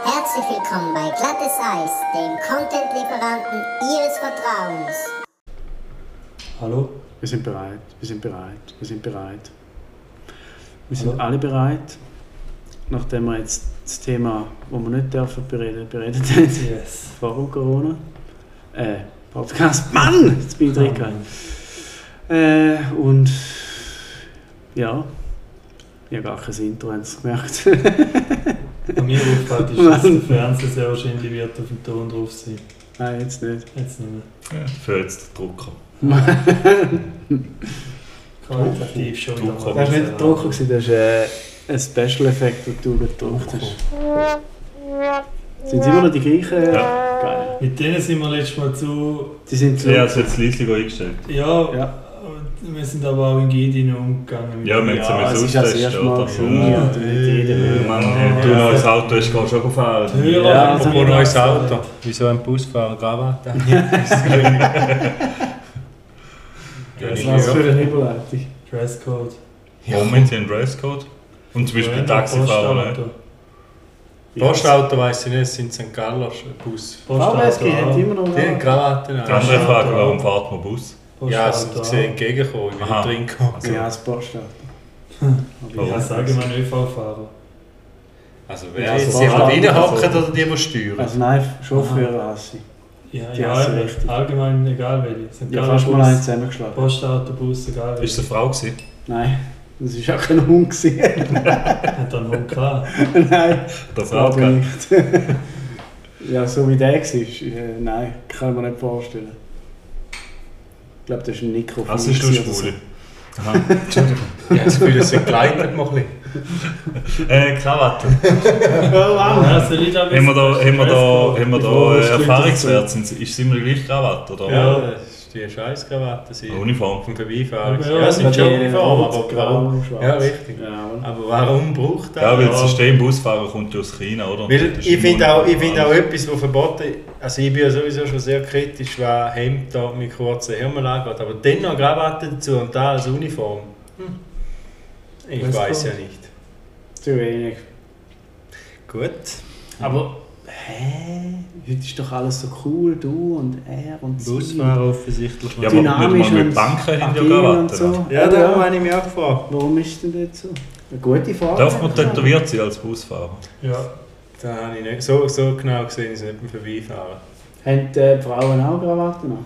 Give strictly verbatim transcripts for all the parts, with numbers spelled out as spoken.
Herzlich willkommen bei Glattes Eis, dem Content-Lieferanten Ihres Vertrauens. Hallo? Wir sind bereit, wir sind bereit, wir sind bereit. Wir sind Hallo? alle bereit, nachdem wir jetzt das Thema, das wir nicht dürfen bereden, beredet haben, yes. vor dem Corona. Äh, Podcast, Mann! Jetzt bin ich drin. Äh, und ja, ich habe gar kein Intro, haben Sie es gemerkt. Bei mir aufgefallen ist, dass der Fernseher sehr wahrscheinlich wird auf dem Ton drauf sein. Nein, jetzt nicht. Jetzt nicht mehr. Ja, für jetzt den Drucker. Qualitativ schon wieder. Das war nicht der Drucker, das war äh, ein Special-Effekt, den du gedruckt hast. Sind es immer noch die gleichen? Ja. Geil. Mit denen sind wir letztes Mal zu... Die sind zu... Ja, es hat es leislich eingestellt. Ja, ja, wir sind aber auch in Gidin umgegangen. Ja, wir haben ja, es ist das erste Mal gesehen. Ja. Und nicht jeder will. Mann, du ein neues Auto hast, gehst schon fahren. Ja, apropos ja, neues Auto. Wieso ein Busfahrer Krawatte? Das war für eine Überleitung. Dresscode. Moment, sie haben Dresscode. Und zum Beispiel Taxifahrer. Postauto weiss ich nicht, es sind Sankt Galler Bus. V W S G hat immer noch die haben Krawatten. Die andere Frage, warum fährt man Bus? Ja, es sind sie entgegengekommen, ich bin drin gekommen. Ja, das Postauto. Ja, sagen wir ÖV-Fahrer. Also wer jetzt die reinhocken oder die, die steuern? Also nein, Chauffeure hasse ich. Ja, die ja, richtig. Allgemein egal welche. Sind ja, fast mal einen zusammengeschlagen. Postautobus, egal welche. Ist es eine Frau gewesen? Nein, das war auch kein Hund. Hat er einen Hund gehabt? Nein, das glaube ich nicht. Ja, so wie der war, äh, nein, kann ich mir nicht vorstellen. Ich glaube, das ist ein Mikrofon. Das ist nur Schwule. Aha, Entschuldigung. Ich habe das Gefühl, es sind geleitet mal ein bisschen. Äh, Krawatte. Oh, wow. Ja, soll ich da haben wir da, haben wir da, haben wir da äh, Erfahrungswert? Ist es immer die gleiche Krawatte, oder? Ja, das ist die Scheißkrawatte. Uniform. Vom Vorbeifahren. Ja, ja, es sind schon Uniform, aber warum? Ja, richtig. Ja, aber warum braucht das? Ja, weil das System Busfahrer kommt aus China, oder? Weil ich finde auch, find auch etwas, das verboten ist. Also ich bin ja sowieso schon sehr kritisch, wenn Hemd da mit kurzen Ärmeln angeht. Aber dann noch Krawatte dazu und da als Uniform. Hm. Ich Was weiß kommt? ja nicht. Zu wenig. Gut. Aber, hä? Heute ist doch alles so cool, du und er und sie. Busfahrer offensichtlich. Ja, aber nicht mal mit Banken haben ja Krawatte. So. Ja, da habe ich mich auch gefragt. Warum ist denn das so? Eine gute Frage. Darf man tätowiert sein als Busfahrer? Ja. Da habe ich nicht so, so genau gesehen, dass ich nicht mehr vorbeifahren. Haben die Frauen auch Krawatten noch?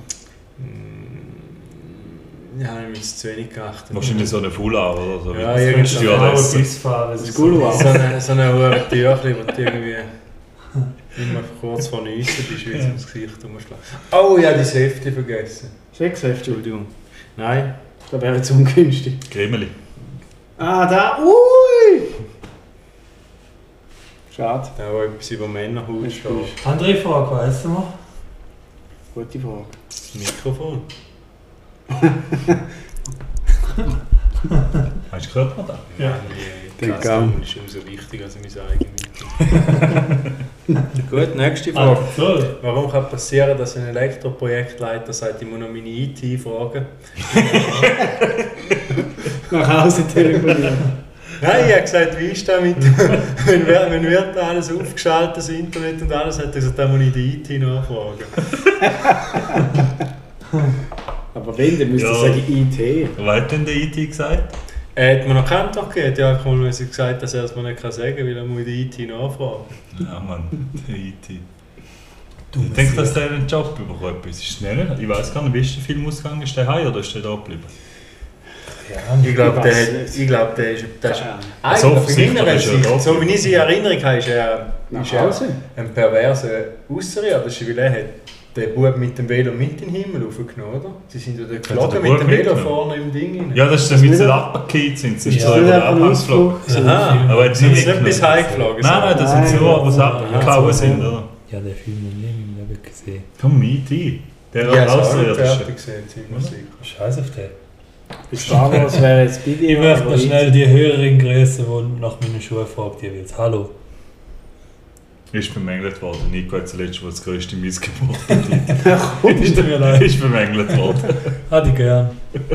Ja, ich habe mich zu wenig geachtet. Wahrscheinlich so eine Foulard oder so. Ja, irgendwie Busfahren. Das ist cool. So eine, so eine hohe Türchen, wo du irgendwie immer kurz vor Nüssen bist, wie du ins Gesicht umschlägst. Oh, ja, die Hefte vergessen. Sechs Hefte? Entschuldigung. Nein. Das wäre jetzt ungünstig. Kremeli. Ah, da. Ui! Schade. Da wo etwas über Männerhaut steht. Andere Frage, weißt du noch? Gute Frage. Das Mikrofon. Hast du gehört, man da? Ja. Die Klasse ist umso wichtiger als mein eigenes. Gut, nächste Frage. Ah, warum kann passieren, dass ein Elektroprojektleiter sagt, ich muss noch meine I T fragen? Nach Hause telefonieren. Nein, ich habe gesagt, wie ist das mit, wenn, wir, wenn wird alles aufgeschaltet, das Internet und alles, hat er gesagt, da muss ich die I T nachfragen. Aber wenn, dann müsste ja. ich sagen I T. Was hat denn der I T gesagt? Er hat mir noch keinen Tag gegeben, ja, einfach mal gesagt, dass er es mir nicht sagen kann, weil er muss die I T nachfragen. Ja Mann, der I T. Ich denke, dass der einen Job bekommt. Ist es schnell? Ich weiß gar nicht, wie ist der Film ausgegangen? Ist der heim oder ist der da geblieben? Ja, ich glaube, der, ich glaub, der ist... Der ist also offensichtlich ist er da. So wie ich sie in Erinnerung habe, ist er, ist er ein perverser Ausseher. Das ist, weil er hat den Bub mit dem Velo mit in den Himmel raufgenommen, oder? Sie sind ja geflogen mit dem Velo vorne im Ding rein. Ja, das ist dann, wie sie abgekehrt sind. Sie sind ja, so über den Abhang geflogen. Aha, aber jetzt sind nicht sie nicht bis heim geflogen? Nein, nein, das sind so, wo sie abgehauen sind, oder? Ja, den Film noch nie im Leben gesehen. Komm, I T. Der ja, hat fertig gesehen, ziemlich sicher. Scheiß auf den. Bei Star Wars wäre jetzt bei dir. Ich möchte noch schnell die Hörerin grüßen, die nach meinen Schuhen fragt, die will. Hallo. Ist bemängelt worden. Nico hat zuletzt wohl das grösste Missgeburt bedient. Ist mir leid. Ist bemängelt worden. Hätte ich gern.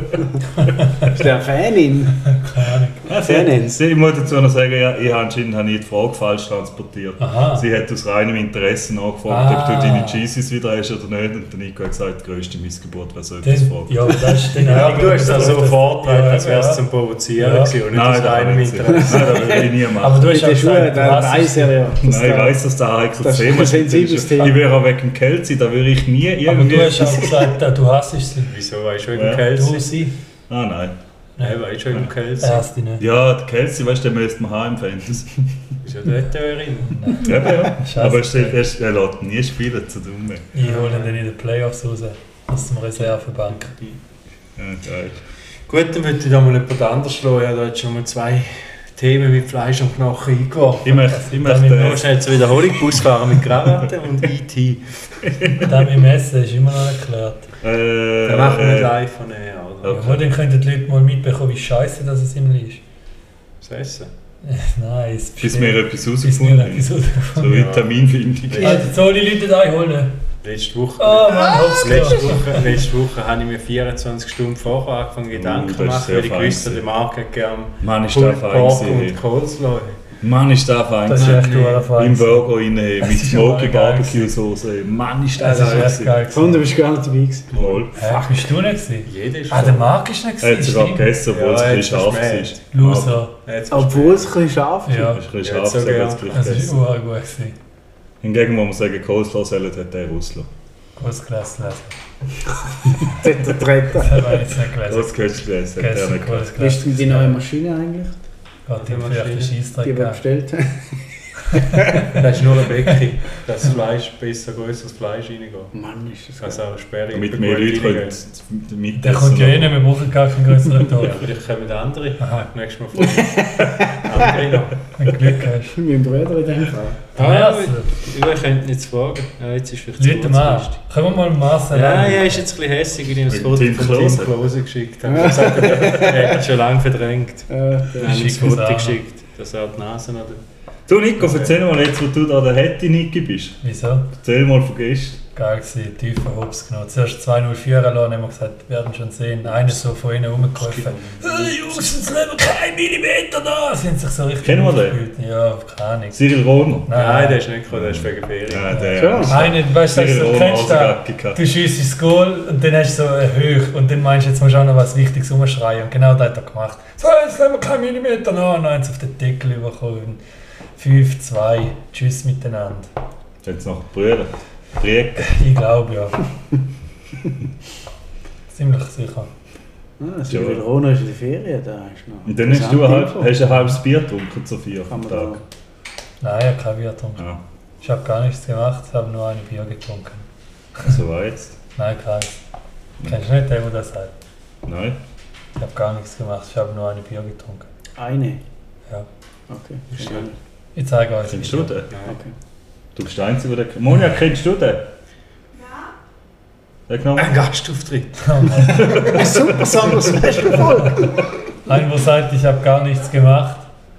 Ist der Fanin? Keine Ahnung. Ja, sie, sie, ich muss dazu noch sagen, ja, ich habe anscheinend habe ich die Frage falsch transportiert. Aha. Sie hat aus reinem Interesse nachgefragt, Ah. ob du deine Jesus wieder hast oder nicht. Und der Nico hat gesagt, die grösste Missgeburt wäre so etwas Den, fragen. ja, das ist den Ja, aber du hast es also so vorgetragen, als wäre es ja. zum Provozieren Ja. gewesen und nicht Nein, aus das kann reinem ich nicht. Interesse. Nein, das will ich nie machen. Aber du hast Mit ja den Schuhen, gesagt, da was weiss ist er ja. dass Nein, ich da- weiss, dass das ein heikles das ist Thema ein sensibles Thema. Ich wäre auch wegen dem Kelsey, da würde ich nie Aber irgendwie... du hast auch gesagt, du hasst sie. Wieso, weißt du, wegen Ja. dem Du Kelsey? sie. Ah nein. Nein, weißt du, wegen dem Kelsey? Er hasst dich nicht. Ja, der Kelsey, weißt du, den müsste man haben im Fantasy. Wieso dort erinnern? Eben, ja. Scheiße. Aber er, steht- er, er lässt nie spielen, zu dumm. Ich hole ihn dann in den Playoffs raus. Das ist eine Reservebank. Ja, geil. Gut, dann würde ich da mal jemand anders schlagen. Ich habe da jetzt schon mal zwei Themen mit Fleisch und Knochen eingeworfen. Ich möchte... Ich Damit möchte Noch äh, schnell zur Wiederholung, Busfahren mit Krawatte und I T. Das mit dem Essen ist immer noch nicht geklärt. äh, Da machen wir nicht äh, live von näher, oder? Okay. Ja, dann könnten die Leute mal mitbekommen, wie scheiße das es immer ist. Das Essen. Nein, es bis wir etwas bis rausgefunden wir haben. etwas So rausgefunden Ja. Vitaminfindung. haben. Ja, soll die Leute da einholen? Letzte Woche, Oh Mann, hab's letzte gehört. Woche, letzte Woche habe ich mir vierundzwanzig Stunden vorher angefangen Gedanken das zu ist machen, sehr weil ich fein gewusst habe, gewesen. der Marc hat gerne Mann, ist da Pulled fein Pork gewesen. und Coleslaw. Mann, ist da fein Das ist gewesen. echt nur fein. Im Burger rein, hey, mit ist Smoky schon geil Barbecue Soße. Mann, ist das Das ist fein echt geil. Und du gewesen. bist gar nicht dabei gewesen. Voll. Hä, bist du nicht gewesen? Jeder ist Ah, der Marc ist nicht Er hat gewesen, sogar stimmt. gegessen, obwohl Ja, es er ein hat bisschen scharf war. verschmäht. Loser. Obwohl es ein bisschen scharf ist. Ja, Es ist ein bisschen Ja, scharf, so aber er gern. hat es gleich das ist gegessen. uralt gut gewesen. Hingegen muss man sagen, Coleslaw Salad hat der Russland. Großklasse lesen. Das hat der Tretter. Das habe ich jetzt nicht gelesen. Das kannst du lesen, hat der Gestern nicht gehabt. Wie ist Großklasse. denn die neue Maschine eigentlich? Gott, die Die vielleicht einen Maschine. Die Scheissdreck wir gegeben. bestellt haben? Das ist nur ein Becken, dass das Fleisch besser größeres Fleisch reingeht. Mann, ist das Also geil. auch Sperre. Damit mehr Leute können Der mitessen. kommt ja eh nicht, wir brauchen gar keinen größeren Ja, Tag. vielleicht kommen andere. Aha, Nächstes Mal vor. andere noch. wenn du Glück hast. Mein Bruder in dem Fall. Der Marcel, Ich könnte jetzt fragen. Ja, jetzt ist vielleicht Leute mal. Können wir mal Marcel Ja, anrufen? ja, ist jetzt ein bisschen hässig, weil ich ihm das Wegen Foto Tim von Klose. Tim Klose geschickt habe. Er hat gesagt, er hat es schon lange verdrängt. Äh, der- Ich habe ihm das Schick es Foto an. geschickt, dass er die Nase noch... Du Nico, erzähl mal jetzt, wo du da der Hätti Niki bist. Wieso? Erzähl mal von gestern. Geil gewesen, tiefer Hops genommen. Zuerst zwei null vier lassen, haben wir gesagt, wir werden schon sehen. Einer so von ihnen rumgeholfen. Hey Jungs, jetzt leben kein Millimeter da! Sie haben sich so richtig Kennen wir den? aufgespielt. Ja, keine Ahnung. Cyril Rohner. Nein, der ist nicht gekommen, der ist wegen Ferien. Ja, der. Schon. Eine, weißt du, Cyril so, Rohner, kennst du das? Ausgacki gehabt. Du schießt ins Goal und dann hast du so eine Höhe und dann meinst du, jetzt musst du auch noch was Wichtiges umschreien. Und genau das hat er gemacht. So, jetzt nehmen wir keinen Millimeter nach. Und dann haben sie auf den Deckel bekommen. fünf zwei. Tschüss miteinander. Jetzt noch Brüder. Briek. Ich glaube ja. Ziemlich sicher. Ah, Cyril Rohner ist in der Ferien, da ist noch. Und dann hast du ein, halb, Info. hast ein halbes Bier getrunken, Sophia, Kann am man Tag. Nein, ich habe kein Bier getrunken. Ja, Ich habe gar nichts gemacht, ich habe nur ein Bier getrunken. so war jetzt. Nein, keins. Kennst du nicht den, der das sagt? Nein. Ich habe gar nichts gemacht, ich habe nur ein Bier getrunken. da. Eine? Ja. Okay. Ist Ja. Ich zeige euch das Kennst du Video. den? Nein. Okay. Du bist der Einzige, der den... Monja, kennst du den? Ja. Sag nochmal. Ein Gastauftritt. Eine super Sommer-Special-Folge! Ein, der sagt, ich habe gar nichts gemacht.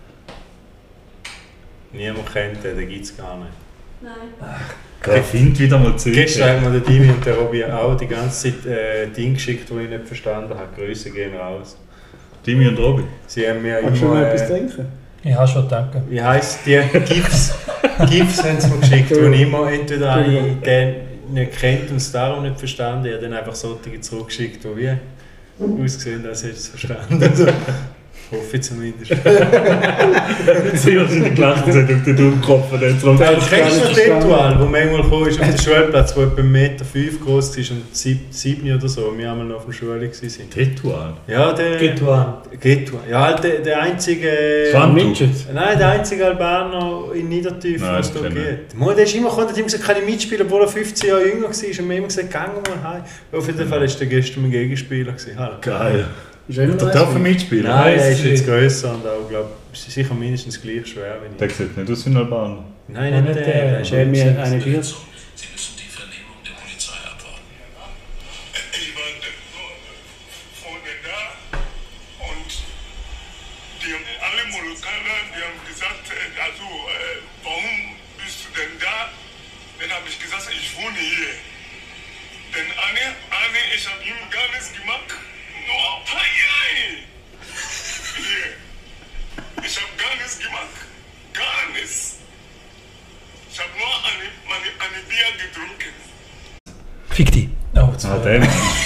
Niemand kennt den, den gibt es gar nicht. Der findet wieder mal Zeug. Gestern haben mir der Dimi und der Robby auch die ganze Zeit äh, Dinge geschickt, die ich nicht verstanden habe. Grüße gehen raus. Timmy und Robby. Sie haben mir Kannst du noch immer... etwas Äh, trinken? Ich habe schon danke. wie heisst die? GIFs. GIFs haben sie mir geschickt, wo ich immer entweder einen, den nicht kennt und es darum nicht verstanden, ich habe dann einfach solche zurückgeschickt, die wie ausgesehen, als hätte ich es verstanden. Also, hoffe ich zumindest. Sie haben sich gelacht und sagt, auf den Dummkopf von den zurück. Also, kennst du das Ritual, wo manchmal kam, ist auf den Schulplatz, wo etwa eins Meter fünf groß ist und sieben oder so, wir einmal noch auf der Schule waren. Ritual? Ja, der... Gituan. Gituan. Ja, halt der, der einzige... Schwandu. Midget. Nein, der einzige Albaner in Niedertief, Nein, was es das da kenn ich gibt. Mo, der ist immer gekommen, der hat immer gesagt, kann ich mitspielen, obwohl er fünfzehn Jahre jünger war. Und wir haben immer gesagt, geh mal heim. Auf jeden Fall war der gestern mein Gegenspieler. gewesen. Hallo. Geil. Ist er immer Der noch darf er eins? mitspielen? Nein, er ist Weiss jetzt ich. grösser und auch, glaube ich, sicher mindestens gleich schwer wie Der ich. sieht nicht aus wie ein Albaner. Nein, Ja, nicht nicht der. der. der ist Der hat mir jünger. eine Bier. Sie müssen die Vernehmung der Polizei abwarten. Ich war vorne da und die haben alle Molukaner, die haben gesagt, äh, also äh, warum bist du denn Fick dich. Oh, das Ah, war- der Mann.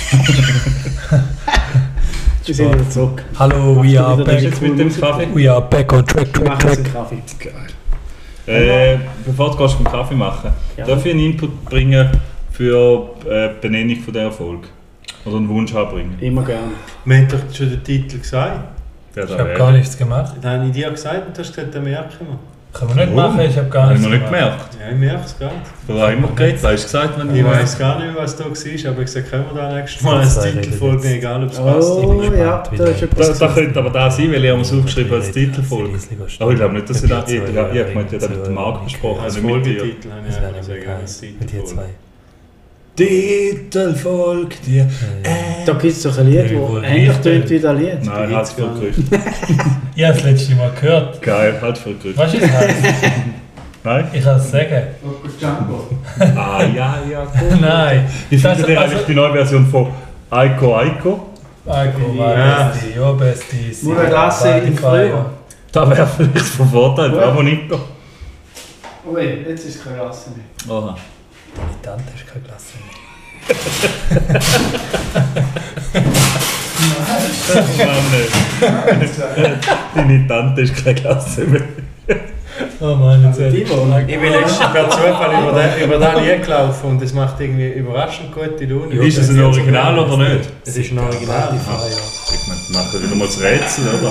Wir sind wieder zurück. Hallo, we are Was ist back. jetzt mit dem Kaffee? We are back on track, Wir track, machen jetzt track. einen Kaffee. Geil. Äh, bevor du gehst, einen Kaffee machen, Ja. darf ich einen Input bringen für äh, die Benennung von dieser Folge? Oder einen Wunsch anbringen? Immer gerne. Wir haben doch schon den Titel gesagt. Ja, Ich habe gar nichts gemacht. Dann habe ich dir gesagt und du hast gesagt, den merken wir. Können wir nicht Warum? machen, ich habe gar Habe ich nichts noch nicht gemacht. gemerkt. Ja, ich merke es gerade. Du hast immer geredet, hast du gesagt, wenn Ich du weiß gar nicht mehr, was da war, aber ich gesagt, können wir da nächstes Mal als Das sei Titelfolge, jetzt. egal ob es passt. Oh gespannt, ja, wie da ist der- etwas. Das, das könnte aber da sein, weil ich habe es aufgeschrieben als Titelfolge. Aber ich glaube nicht, dass ich da... Ich, ich, ich, ich meine, ich habe mit dem Marc besprochen, Als nicht mit dir. Folgetitel habe ich Das wäre einfach nämlich gesagt, geil. als Mit dir Titelfolge. zwei. Titelfolge dir. Da gibt es doch ein Lied, Ja, das wohl. ähnlich tönt wie das Lied. Nein, halt für Gerücht. Ich habe das letzte Mal gehört. Geil, halt für Gerücht. Weißt du, was es heisst? Nein? Ich kann es sagen. Ah, ja, ja, gut. Nein. Ich Das- finde also- eigentlich die neue Version von Aiko Aiko. Alko war Ja. Besti, ja Besti. Nur eine Klasse im Frühjahr. Da wäre vielleicht von Vorteil. Gut. Bravo, Nico. Oh, jetzt ist keine Klasse mehr. Oha. Die Tante ist keine Klasse mehr. Mann, ey. Deine Tante ist keine Klasse mehr. Oh Mann, jetzt werde ich Ich bin letztens per Zufall über den, über den Lied gelaufen und es macht irgendwie überraschend gute Laune. Ist es ein Original oder nicht? Es ist ein Original. Ich meine, wir machen wieder mal das Rätsel, oder?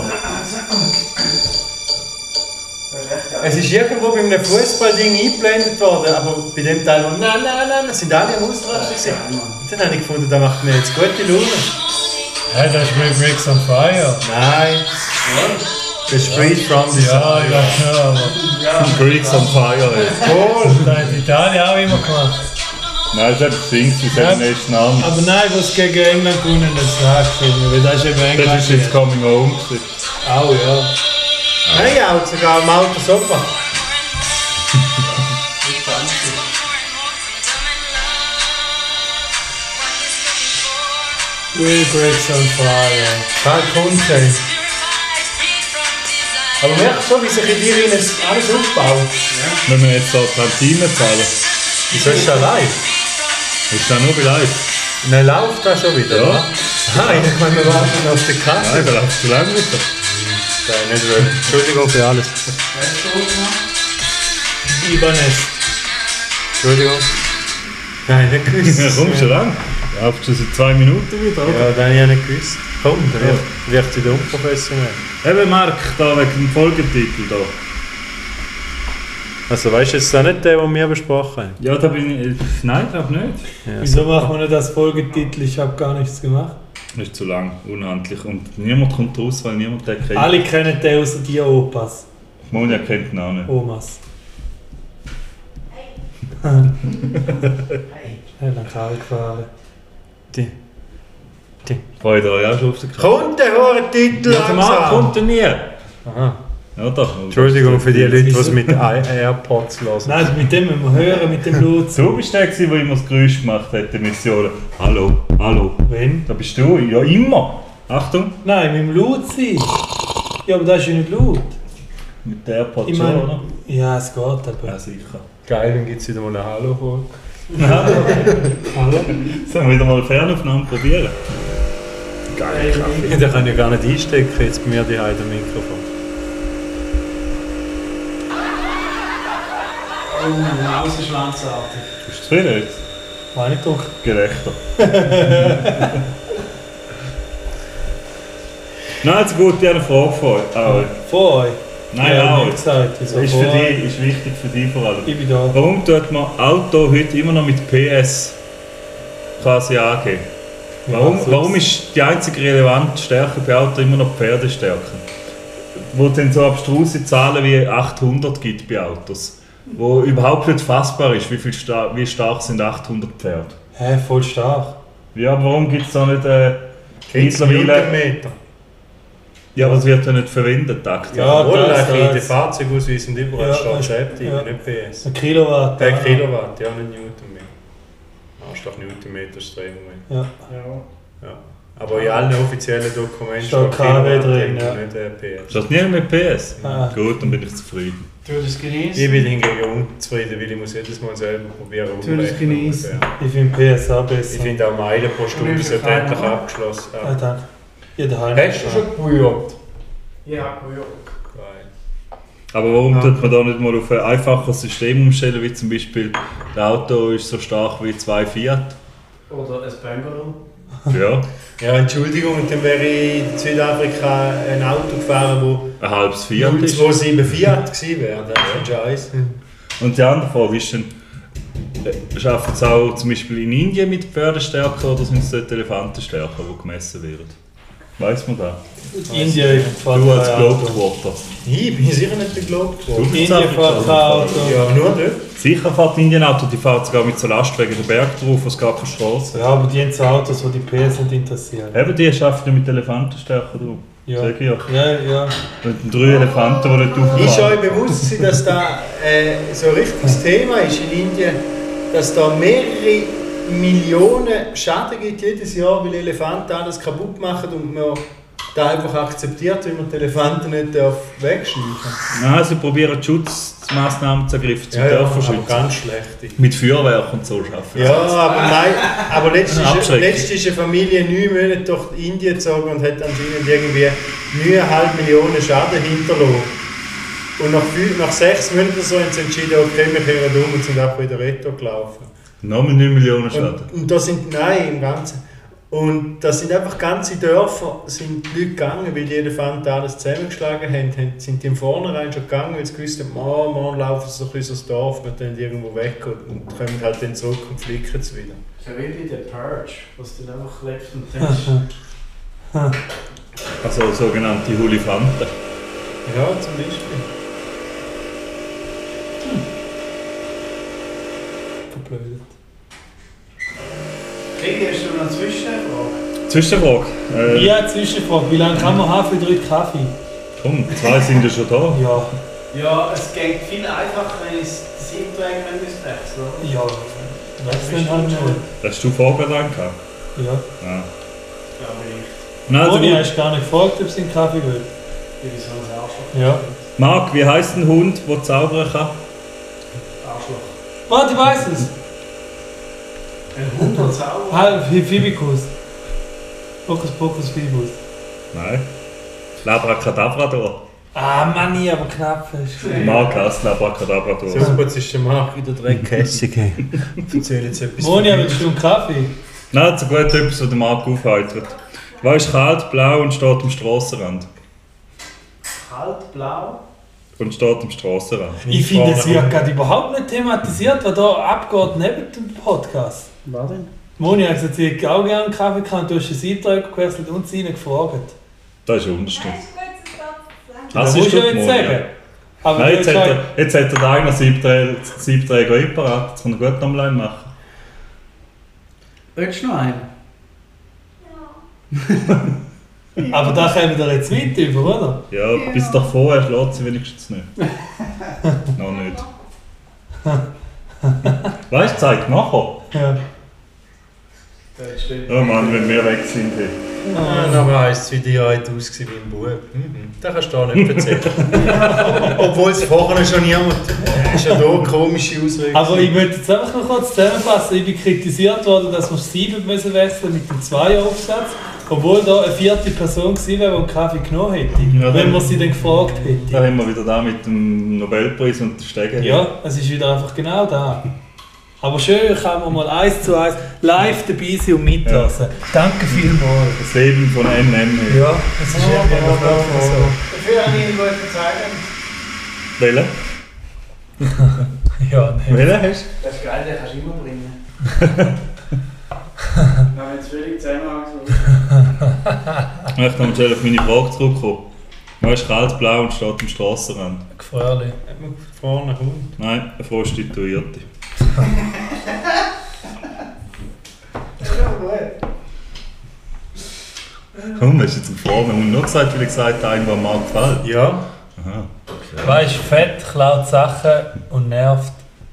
Es ist irgendwo bei einem Fußballding eingeblendet worden, aber bei dem Teil, wo nein, nein, nein, sind alle am Ausrasten gewesen. Und dann habe ich gefunden, da macht mir jetzt gute Laune. Hey, das ist Rick Ricks on Fire. Nein. Das ist Freed from the Ja, Sun. ja, klar, aber Greeks on Fire, ey. Cool. das hat Italien auch immer gemacht. Nein, das ist Dings, das hat den nächsten Namen. Aber nein, was gegen England gewonnen, das sagst du mir, weil das ist eben England. Das ist jetzt Coming Home. gewesen. Auch, ja. Nein, auch sogar im Auto super. Rick Ricks on Fire. Kein Kunstschein. Aber merkst du, wie sich in dir alles aufbaut? Wenn wir jetzt da Kantine zahlen, Wieso ist das live? ist das nur bei live. Dann läuft das schon wieder, Ja. oder? Nein, ich meine, wir warten auf die Kasse. Nein, da läuft zu lange wieder. Nein, nicht wirklich. Entschuldigung für alles. Ibanez. Entschuldigung. Nein, nicht gewusst. Ja, komm, schon lang. Läuft schon seit zwei Minuten wieder, oder? Ja, dann habe ich ja nicht gewusst. Komm, dann wird, wird sie wieder unprofessionell. Eben, Marc, da wegen dem Folgetitel da. Also weißt du, jetzt ist nicht der, den wir besprochen haben? Ja, da bin ich... Nein, glaube nicht. Wieso machen wir nicht das Folgetitel? Ich habe gar nichts gemacht. Das ist zu lang, unhandlich. Und niemand kommt raus, weil niemand den kennt. Alle kennen den außer die Opas. Monja kennt ihn auch nicht. Omas. Hey, dann kalt gefahren. Die. Freut euch auch schon auf den Kopf. Kommt der hohe Titel Ja, der Marc langsam? kommt denn nie. Aha. Ja, doch. Entschuldigung für die Leute, die es mit AirPods hören. Nein, mit dem müssen wir hören, mit dem Blut. Du bist der, gewesen, der immer das Geräusch gemacht hat, die Mission. Hallo, hallo. Wenn? Da bist du, ja immer. Achtung. Nein, mit dem Laut sein. Ja, aber das ist ja nicht laut. Mit der AirPods Ich schon, meine, oder? ja, es geht Ja, aber. sicher. Geil, dann gibt es wieder mal eine Hallo-Folge. Hallo? Sollen wir wieder mal eine Fernaufnahme probieren? Geil, Kaffee. Den kann ich gar nicht einstecken, jetzt bei mir die Heide am Mikrofon. Oh, Mausenschwanzartig. Bist du zufrieden jetzt? Meine ich doch. Gerechter. Nein, jetzt gut, ich habe eine Frage für euch. Auch. Vor euch. Nein, ja, auch. nicht gesagt. Wieso Ist vor für euch? dich, ist wichtig für dich vor allem. Ich bin da. Warum tut man Auto heute immer noch mit P S quasi angeben? Warum, Ja, so warum ist die einzige relevante Stärke bei Auto immer noch Pferdestärke? Wo es dann so abstruse Zahlen wie achthundert gibt bei Autos. Wo überhaupt nicht fassbar ist, wie, viel star wie stark sind achthundert Pferde. Hä, voll stark. Ja, aber warum gibt es da nicht äh, mittlerweile... Newtonmeter. Ja, aber es wird ja nicht verwendet aktuell. Ja, Obwohl, das- ein bisschen die das- Fahrzeugausweis und überall Ja, steht das- Schäbti, ja. nicht P S. Ein Kilowatt. Der ah. Kilowatt, ja, nicht Newtonmeter. Ah, steht Newtonmeter streng. Ja. Ja. Aber in allen offiziellen Dokumenten Steht K W Kilowatt drin, und ja. nicht äh, P S. Steht nie mit P S? Ah. Gut, dann bin ich zufrieden. Du das genießen? Ich bin hingegen unzufrieden, weil ich muss jedes Mal selber probieren. Du das genießen? Ich finde P S A besser. Ich finde auch Meilen pro Stunde sollte endlich abgeschlossen Ah, werden. danke. Ja, daheim. Hast du schon gerührt? Ja, ja. Aber warum Ja. tut man da nicht mal auf ein einfaches System umstellen, wie zum Beispiel das Auto ist so stark wie zwei Fiat? Oder ein Bungalow. Ja, Ja, Entschuldigung, und dann wäre ich in Südafrika ein Auto gefahren, ein halbes das Fiat ist. null zwei sieben Fiat gewesen wäre. Das ist ein Scheiß. Und die andere Frage ist dann, äh, schaffen es auch zum Beispiel in Indien mit Pferdestärke oder sind es dort Elefantenstärke, die gemessen werden? Weiss man das? Indien fährt Du als kein Auto. Globetrotter. Ich bin sicher nicht der Globetrotter. Indien fährt kein Auto. Ja, nur dort. Sicher fährt Indien Auto, die fahren sogar mit so Lastwagen den Berg drauf, es gar keine Straße. Ja, aber die haben so Autos, die die P S nicht interessieren. Eben, die schaffen ja mit Elefantenstärke drauf. Ja. Sag ich ja. Ja, ja. Mit den drei Elefanten, die nicht auffahren. Ist euch bewusst, gewesen, dass da äh, so ein richtiges Thema ist in Indien, dass da mehrere Millionen Schaden gibt jedes Jahr, weil Elefanten alles kaputt machen und man da einfach akzeptiert, wenn man die Elefanten nicht wegschleichen darf? Nein, sie probieren die Schutzmaßnahmen zu ergreifen, zum Ja, ja, Dörfer aber schützen. ganz schlecht. Mit Feuerwerk und so schaffen. Ja, aber nein, aber letztens ist, Abschreckung. letztens ist eine Familie neun Monate durch Indien gezogen und hat anscheinend irgendwie neun Komma fünf Millionen Schaden hinterlassen. Und nach, fünf, nach sechs Monaten so haben sie entschieden, okay, wir kehren um und sind auch wieder retro gelaufen. Nochmal neun Millionen Schaden. Und, und da sind, nein, im Ganzen. Und da sind einfach ganze Dörfer, sind die Leute gegangen, weil die Elefanten alles zusammengeschlagen haben, haben sind die im Vornherein schon gegangen, weil sie gewusst haben, oh, morgen laufen sie durch unser Dorf, wir dann irgendwo weg und, und kommen halt dann zurück und flicken es wieder. So wie bei der Purge, was dann einfach lebt und dann ist. Also sogenannte Hulifanten. Ja, zum Beispiel. Verblödet. Kriege, hast du noch eine Zwischenfrage? Zwischenfrage. Äh, Ja, Zwischenfrage. Wie lange kann man haben für drei Kaffee? Komm, zwei sind ja schon da. Ja. Ja, es geht viel einfacher, wenn ich das Intro wechseln oder? Ja. Wechseln halt nicht. Hast du vorher dran gehabt? Ja. Ja. Ja, bin ich. Na, also Moni, gut. hast du gar nicht gefragt, ob sie einen Kaffee will? Bin ich so ein Arschloch. Ja. Marc, wie heisst ein Hund, der zaubern kann? Arschloch. Warte, ich weiss es. Ein Hund oder Zauber? Halb Fibikus. Hokus Pokus Fibus. Nein. Labracadabrador. Ah, Mann, ich, aber knapp. Marc heißt Labracadabrador. So gut ist der Marc wieder Dreckkäse gegeben. Erzähl jetzt etwas. Moni, von willst du einen Kaffee? Nein, so gut etwas, was der Marc aufheitert. Was ist kalt, blau und steht am Strassenrand? Kalt, blau. Und steht am Strassenrand. Ich finde, es wird gerade überhaupt nicht thematisiert, was da abgeht neben dem Podcast. Was denn? Moni hat gesagt, sie hätte auch gerne einen Kaffee gehabt, du hast den Siebträger gewechselt und sie ihn gefragt. Das ist unterste. Das Das musst ist du gut, ja jetzt Moni. sagen. Aber Nein, du jetzt hast hat, gesagt, er, jetzt hat er den eigenen Siebträger, Siebträger eh parat. Jetzt kann er gut online machen. Willst du noch einen? aber da kommen wir jetzt mit über, oder? Ja, bis davor hast lässt sie wenigstens nicht. Noch nicht. Weißt du, zeig nachher. Ja. Oh Mann, wenn wir weg sind. Hey. Ah, nachher heisst es, wie die heute ausgesehen wie ein Bub. Mhm. Das kannst du da nicht erzählen. Obwohl es vorher schon niemand. Äh, ist ja da komische Auswirkungen. Aber ich möchte jetzt einfach noch kurz zusammenfassen. Ich bin kritisiert worden, dass wir sieben müssen wechseln mit dem Zweieraufsatz. Obwohl da eine vierte Person gewesen wäre, die einen Kaffee genommen hätte. Ja, wenn dann- man sie dann gefragt Da hätte. haben wir wieder da mit dem Nobelpreis und der Stege. Ja, es ist wieder einfach genau da. Aber schön kann man mal eins zu eins live dabei sein und mitlassen. Danke vielmals. Das Leben von M M. Hey. Ja, es ist irgendwie einfach so. Dafür habe ich einen guten Zeichen. Welchen? Ja, nee. Welchen hast Das ist geil, den kannst du immer bringen. Wir haben jetzt völlig zusammengezogen. du? Ich möchte noch schnell auf meine Frage zurückkommen. Was ist kalt, blau und steht am Strassenrand? Gefährlich. Vorne Hund. Nein, eine Prostituierte. Das ist auch gut. Komm, hast du jetzt vorne und nur gesagt, weil ich gesagt habe, einen, der mir gefällt? Ja. Aha. Weißt du, Fett klaut Sachen und nervt.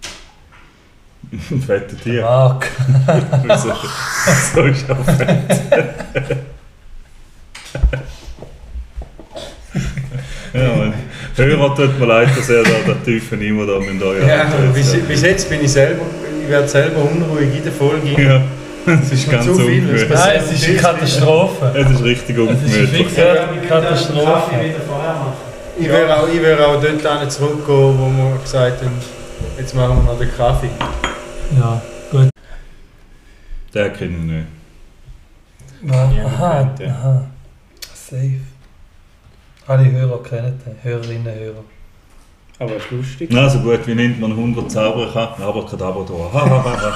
Ein fettes Tier. Marc. Wieso? So ist auch fett. Ja, Mann. Hörer, tut mir leid, dass ihr da den tiefen Niveau da mit euch Ja, bis, bis jetzt bin ich selber, ich werde selber unruhig in der Folge. Ja, es ist ganz zu viel, ungemütlich. was Nein, es ist eine Katastrophe. Es ist richtig Es ist ungemütlich. wie gesagt eine Katastrophe. Ich würde auch, ich würde auch dort zurückgehen, wo wir gesagt haben, jetzt machen wir noch den Kaffee. Ja, gut. Den kenne ich nicht. Ja, Ja, aha, kennt, ja. aha. Safe. Alle Hörer kennen den, Hörerinnen, Hörer. Aber es ist lustig. Na, so gut, wie nennt man hundert Zauberer? Aber Kadabra da. Ha, ha, ha, ha.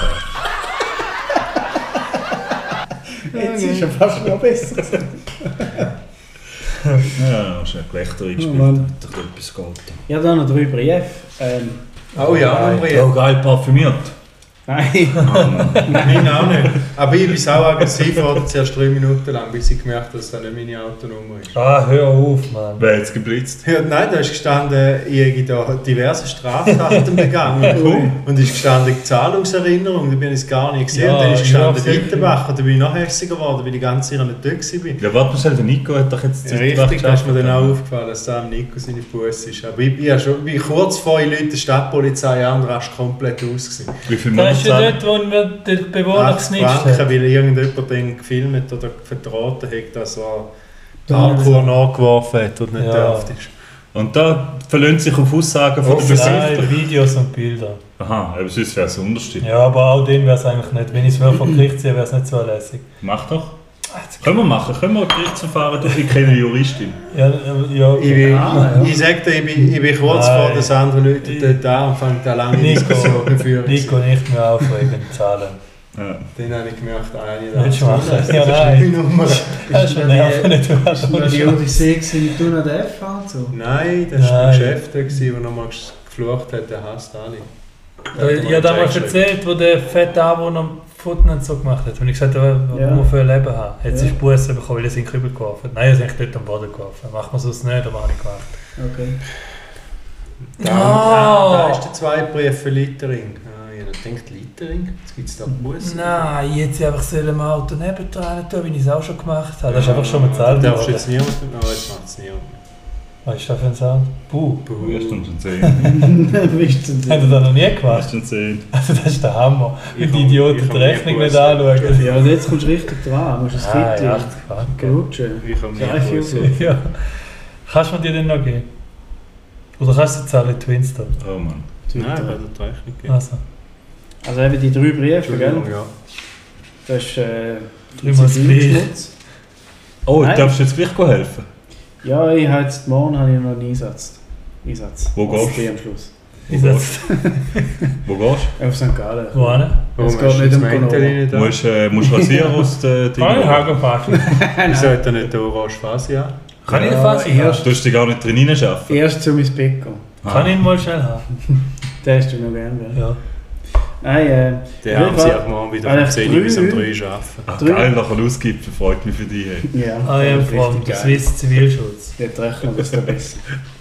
Jetzt ist er fast noch besser. Ja, hast du ein Gelächter eingespielt. Oh Mann. Hat doch etwas geht. Ich habe da noch drei Briefe. Ähm, Oh ja, noch Oh, geil parfümiert. nein. Nein, auch nicht. Aber ich bin auch aggressiv geworden, zuerst drei Minuten lang, bis ich gemerkt habe, dass das nicht meine Autonummer ist. Ah, hör auf, Mann. Wer hat jetzt geblitzt? Ja, nein, da ist gestanden, ich habe da diverse Straftaten begangen. Und ist gestanden Zahlungserinnerung, da bin ich es gar nicht gesehen. Ja, dann ist ich hab's gestanden sicher. Weiterbacher, da bin ich noch hässiger geworden, weil ich ganz sicher nicht dort war. Ja, warte mal schnell, der Nico hat doch jetzt Ja, richtig, da ist mir dann auch aufgefallen, dass da am Nico seine Fuß ist. Aber ich, ich, habe schon, bin kurz vor den Leuten der Stadtpolizei an und rasch komplett aus gewesen. Wie viel Da Monate ist ja dort, wo wir den Bewohner acht gesnitcht Franken, haben. weil irgendjemand den gefilmt oder vertraten hat, dass er Parkour nachgeworfen hat und nicht Ja. dürfte. Und da verlöhnt sich auf Aussagen von der Offensichtlich. Besichtigung. Nein, Videos und Bilder. Aha, aber sonst wäre es das Unterste. Ja, aber auch den wäre es eigentlich nicht. Wenn ich es vor Gericht sehe, wäre es nicht so lässig. Mach doch. Können wir machen, können wir ein Gerichtsverfahren durch? Ich kenne eine Juristin. Ja, äh, ja, Ich, bin, Ah, ja. ich sage dir, ich bin, ich bin kurz Nein. vor, dass andere Leute dort an und fangen da lange Nico, Diskussionen führen. Nico nicht mehr aufregen, zahlen. Ja. Dann habe ich gemerkt, ah, nicht Nicht machen. das Ja, ist nein. meine Nummer. Das ist schon nerven nicht Ist noch die Odyssee gewesen mit Duna der F und so? Nein, das war Nein. ein Geschäft, der nochmal geflucht hat, der hasst alle. Ich habe damals erzählt, wo der fette Anwohner Fotos und so gemacht hat. Und ich gesagt habe, warum Ja. wir für ein Leben haben. Hat Ja. sich Bussen bekommen, weil er es in den Kübel geworfen hat. Nein, er ist eigentlich dort am Boden geworfen. Macht man sonst nicht, aber habe ich gemacht. Okay. Da, Ah. da ist der zweite Brief für Littering. Ah, ich habe gedacht, Littering? Jetzt gibt es da Bussen. Nein, ich hätte einfach sollen im Auto nebendran tun, wie ich es auch schon gemacht habe. Das ist einfach schon mal bezahlt Da darfst du worden. jetzt niemand. Oh, jetzt macht es niemand. Was ist das für ein Sound? Buh. Du wirst uns schon sehen. Wisst ihr Habt ihr das noch nie Wirst gemacht? schon sehen. Also das ist der Hammer. Ich Wenn die kann- Idioten ich die kann Rechnung mir nicht Bussen anschauen. das? Ja, und jetzt kommst du richtig dran. Du musst das Ah, Kittel ja, achtzig Franken. rutschen. Ich habe Ja, mir viel Bussen. Ja. Kannst du mir die denn noch geben? Oder kannst du sie zahlen, Twins da? Oh Mann. Nein, ich habe die Rechnung gegeben. Also, Also eben die drei Briefe, gell? Entschuldigung, ja. Das ist äh, Dreimal das Zivilschmutz. Oh, Nein. darfst du jetzt gleich helfen? Ja, ich habe jetzt morgen habe ich noch einen Einsatz. Einsatz. Wo Also gehst die am Schluss. ist das Wo gehst Auf Sankt Gallen. wo hin? Warum Es geht hast du nicht das um Mäntel Corona. nicht du? da? Musst äh, musst rasieren aus den Dingen. Hagenfaschen. Wieso hat er nicht den Orange Fasi an? Kann ich den Ja, Fasi haben? erst- Du hast dich gar nicht drin reinschaffen. Erst zu meinem Bett gehen. Kann ich ihn mal schnell haben? Den hast du noch gerne, gell? Ja. Nein, äh, Der haben sie auch morgen wieder Ah, von zehn drei bis um Leute. drei arbeiten. Ach, Drei- geil, nachher ausgibt, freut mich für dich. Hey. ja. I am das ist from richtig the geil. Swiss Zivilschutz. Dort rechnen wir das dann besser.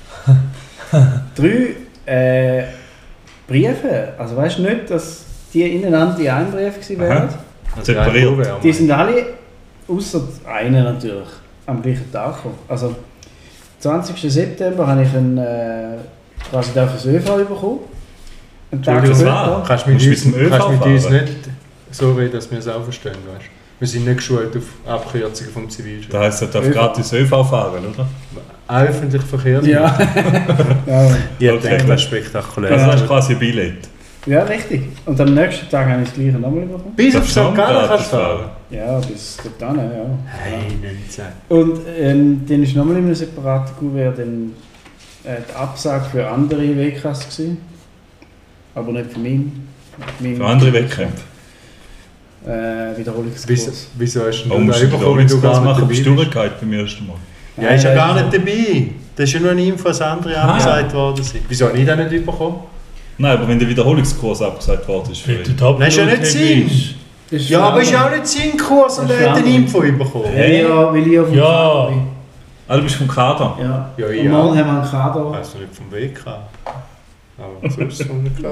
Drei äh, Briefe. Also weißt du nicht, dass die ineinander in einem Brief gewesen wären? Separiert. Die sind alle, außer einer natürlich, am gleichen Tag gekommen. Also, zwanzigsten September habe ich einen, äh, quasi da fürs ÖV bekommen. Einen Tag Entschuldigung, später. Kannst du mit Musst du uns, mit dem ÖV kannst mit uns fahren? nicht so reden, dass wir es auch verstehen, weißt du? Wir sind nicht geschult auf Abkürzungen vom Zivilschutz. Das heisst, er darf ÖV. gratis ÖV fahren, oder? Öffentlich Verkehr. Ja. ja. Ich Okay. denke, das ist spektakulär. Also hast du quasi ein Billett. ja, richtig. Und am nächsten Tag habe ich das gleiche nochmal bekommen. Bis auf Darfst Sankt du Gallen gratis kannst du fahren. Ja, bis dort hin, ja. Nein, nicht sagen. Und ähm, dann war nochmal in einem separaten Kuvert dann, äh, die Absage für andere W Ks gewesen. Aber nicht für mich. Mein- Für andere Wettkämpfe. Äh, Wiederholungskurs. Wieso, wieso hast du Warum denn musst da du bekommen, wenn du gar das nicht machen? dabei Bist du bist? durchgehalten beim ersten Mal? Ja, ist ja Nein, gar nein, nicht dabei. Das ist ja nur eine Info, dass andere Ah. abgesagt worden sind. Wieso habe ich das nicht bekommen? Nein, aber wenn der Wiederholungskurs abgesagt worden ist für Wenn du ihn. top Nein, ist ja nicht Sinn. Das ist Ja, aber ist für ja auch nicht sein Kurs und Das ist er hat eine für Info bekommen. Weil ich ja, weil ich ja vom Ja. Kader bin. Ah, du bist vom Kader? Ja. Ja, Und ja. morgen haben wir einen Kader. Also nicht vom W K. Aber sonst vom Kader.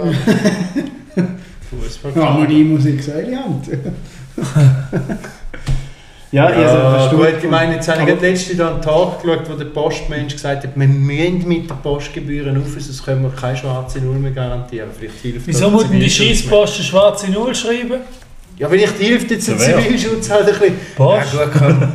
Ja, nur die Musik gesagt, die Hand. Ja, Ja, also, gut, ich meine, jetzt habe ich gerade letztens da einen Tag geschaut, wo der Postmensch gesagt hat, wir müssen mit den Postgebühren auf, sonst können wir keine schwarze Null mehr garantieren. Vielleicht hilft Wieso das muss denn die Zivilschutz Scheisspost eine schwarze Null schreiben? mehr. Ja, vielleicht hilft jetzt der Wer? Zivilschutz halt ein bisschen. Post? Ja gut, komm.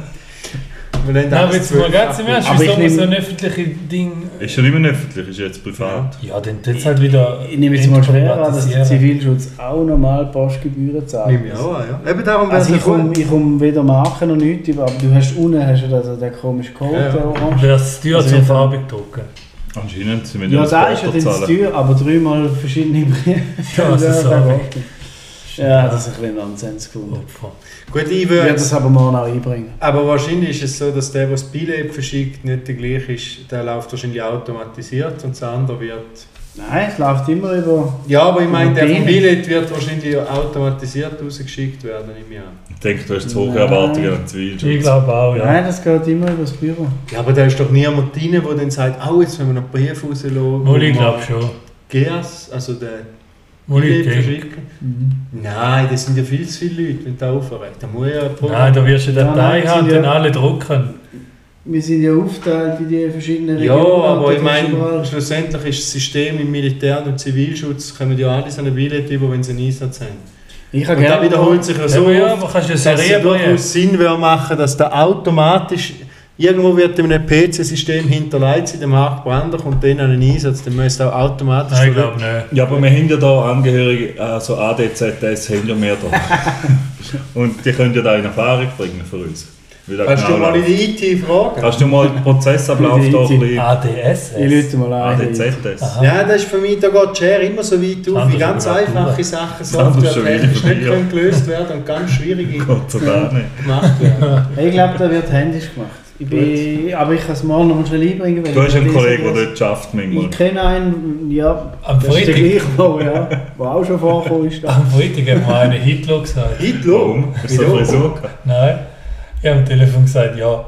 Wir lassen Nein, alles aber jetzt mal zwölf ganz im ab. Ernst, Aber wieso ich muss so nehm- ein öffentliches Ding... Ist ja nicht mehr öffentlich, ist jetzt privat. Ja, dann tut es halt wieder... Ich nehme jetzt mal schwer an, dass der entprivatisieren. Zivilschutz auch normal Postgebühren zahlt. Nehme ich auch an, ja. Eben darum wäre es Also ich ja gut. komme ich komm weder Marken noch nichts über, aber du hast unten hast du also den komischen Code, Ja, ja. der orange. Wäre es teuer Also zum wird- farbig drucken? Anscheinend sind wir Ja, nicht da ist ja dann zu teuer, aber dreimal verschiedene Briefe. Ja, das ist der so. geht. Ja, das ist ein bisschen Nonsens gefunden. Opfer. Gut, ich Ich würde... werde das aber morgen auch einbringen. Aber wahrscheinlich ist es so, dass der, der das Billett verschickt, nicht der gleiche ist. Der läuft wahrscheinlich automatisiert und das andere wird... Nein, es läuft immer über... Ja, aber ich meine, der vom Binnen. Billett wird wahrscheinlich automatisiert rausgeschickt werden im Jahr. Ich denke, du hast zu hohe Nein. Erwartungen an den Ich Zivilschutz. glaube auch, ja. Nein, das geht immer über das Büro. Ja, aber da ist doch niemand drin, der dann sagt, oh, jetzt müssen wir noch einen Brief rauslassen. Wohl, ich glaube schon. G A S, also der Wohl, ich Billett denke. verschicken. Mhm. Nein, das sind ja viel zu viele Leute, wenn da aufregt. Da muss ja ein Programm... Nein, da wirst du eine Ja, Datei nein, haben und sind dann ja- alle drucken. Wir sind ja aufgeteilt in die verschiedenen Ja, Regionen. aber und ich das ist meine, überall- schlussendlich ist das System im Militär und im Zivilschutz, kommen ja alle so ein Billett über, wenn sie einen Einsatz haben. Ich habe Und da gerne wiederholt sich ja so Aber ja, oft, aber kannst du eine dass Serie es durchaus Sinn würde machen, dass da automatisch irgendwo wird in einem P C-System hinterlegt sein, der Markt Brander kommt dann an den Einsatz, dann müsste auch automatisch... Nein, ich glaube nicht. Ja, aber wir haben ja da Angehörige, also A D Z S haben ja mehr da. Und die können ja da in Erfahrung bringen für uns. Wie das Kannst du genau mal in läuft. die I T fragen? Kannst du mal den Prozessablauf In da die ein I T. bisschen... A D S? Ich lüte mal A an. D Z S. Aha. Ja, das ist für mich, da geht die Schere immer so weit auf, Andere wie ganz Regulaturen. einfache Sachen Das ist schon softwaretechnisch wieder nicht vorbei, können gelöst werden und ganz schwierige Gott sei Dank nicht. gemacht werden. Ich glaube, da wird händisch gemacht. Ich bin, aber ich kann es morgen noch schnell einbringen. weil Du hast ich einen lese Kollegen, der das. dort schafft manchmal. Ich kenne einen, ja, Am das ist der Freitag, gleiche, wo, ja, der auch schon vorgekommen ist. am Freitag hat mir einer Hitler gesagt. Hitler? Warum? Hast du so Wieso? Frisur gehabt? Nein. Ich habe am Telefon gesagt, ja,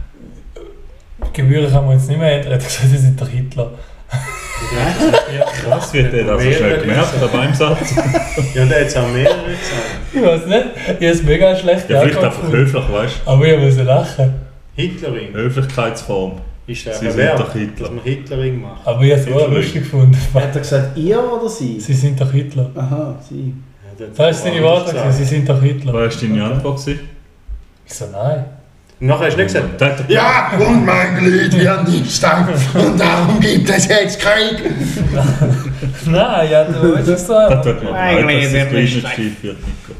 die Gebühren kann man jetzt nicht mehr ändern. Er hat gesagt, Sie sind der Hitler. Ja. Krass, wie hat der das so Mehrere schnell gemerkt Leute. bei meinem Satz? Ja, der hat es auch mehrere gesagt. Ich weiß nicht, ich habe es mega schlecht Ja, vielleicht einfach gefunden. höflich, weißt Aber ich musste lachen. Hitlerring. du? Höflichkeitsform. Ist der Sie sind Verwerb, doch Hitler. dass man Hitlerring macht. Aber ich habe es auch Hitlerring. lustig gefunden. Hat er gesagt, ihr oder sie? Sie sind doch Hitler. Aha, sie. Ja, hat Das ist deine auch Worte, anders gewesen, Sie gesagt. sind doch Hitler. Was war deine Antwort? gewesen? Ich so, nein. Und nachher hast du nicht gesagt, Der hat- Ja, und mein Glied wird nicht stark und darum gibt es jetzt Krieg. Nein, ja, du willst es so. Das tut mir leid, Eigentlich dass wird das nicht Gleis nicht schief wird, Nico.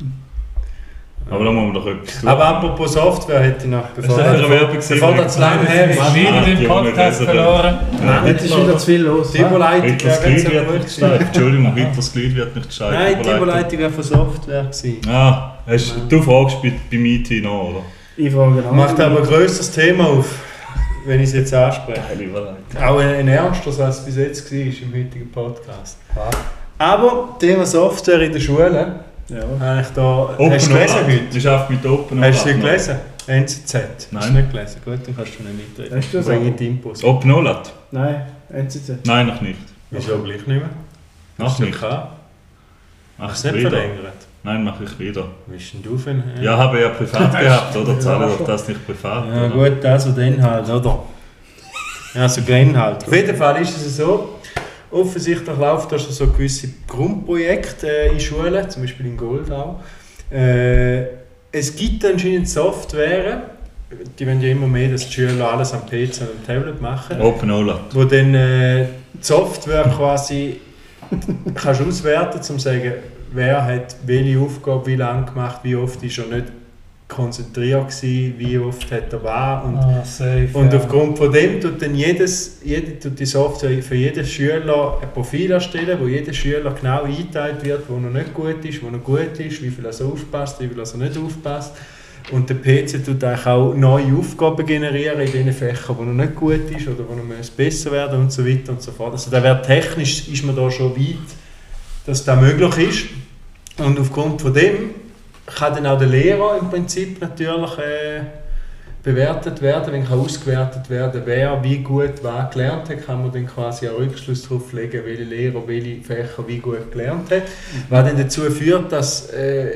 Aber da muss man doch etwas tun. aber apropos Software hätte ich noch, bevor Das ist eine der- Werbung gewesen, bevor wo das zu lange her ist. Wieder die den Jungen Podcast lesen verloren. Nein, Jetzt ist wieder zu viel los. Die Überleitung Hitlers wäre jetzt Glied ja wird gut nicht steif. gewesen. Entschuldigung, Hitlers Glied wird nicht steif. Nein, die Überleitung wäre von Software gewesen. Ah, hast, du fragst bei, bei I T noch, oder? Ich frage nach. Macht aber ein grösseres Thema auf, wenn ich es jetzt anspreche. Geile Überleitung. Auch ein, ein ernsteres, als es bis jetzt war im heutigen Podcast. Aber Thema Software in der Schule, Ja. habe ich da... Open hast du gelesen Orat. heute? Ich arbeite mit Open Hast du Orat sie noch. gelesen? N Z Z? Nein. Hast du nicht gelesen? Gut, dann kannst du nicht mitreden. Hast du das Bringe auch? die Infos. Open Orat? Nein, N Z Z. Nein, noch nicht. Wieso gleich nicht mehr? Noch Hast du nicht. gehabt? Mach Hast ich du nicht wieder. verlängert? Nein, mache ich wieder. Wie ist denn du für ein... Ja, habe ich ja privat gehabt, oder? Zahle ich das nicht privat? Ja oder? gut, also dann halt, oder? Also gern halt. Auf jeden Fall ist es so, offensichtlich läuft da schon so gewisse Grundprojekte äh, in Schulen, zum Beispiel in Goldau. Äh, es gibt anscheinend Software, die wollen ja immer mehr, dass die Schüler alles am P C und am Tablet machen, Open Orat. wo dann äh, die Software quasi kannst auswerten, um zu sagen, wer hat welche Aufgabe wie lange gemacht, wie oft ist er nicht konzentriert gewesen, wie oft hat er was und Ah, safe. und ja. aufgrund von dem tut dann jedes, jede, tut die Software für jeden Schüler ein Profil erstellen, wo jeder Schüler genau eingeteilt wird, wo er nicht gut ist, wo er gut ist, wie viel er so aufpasst, wie viel er so nicht aufpasst. Und der P C tut eigentlich auch neue Aufgaben generieren in den Fächern, wo er nicht gut ist oder wo er muss besser werden und so weiter und so fort. Also da wäre technisch ist man da schon weit, dass das möglich ist. Und aufgrund von dem kann dann auch der Lehrer im Prinzip natürlich äh, bewertet werden, wenn kann ausgewertet werden, wer wie gut was gelernt hat, kann man dann quasi einen Rückschluss darauf legen, welche Lehrer welche Fächer wie gut gelernt hat. Was dann dazu führt, dass äh, die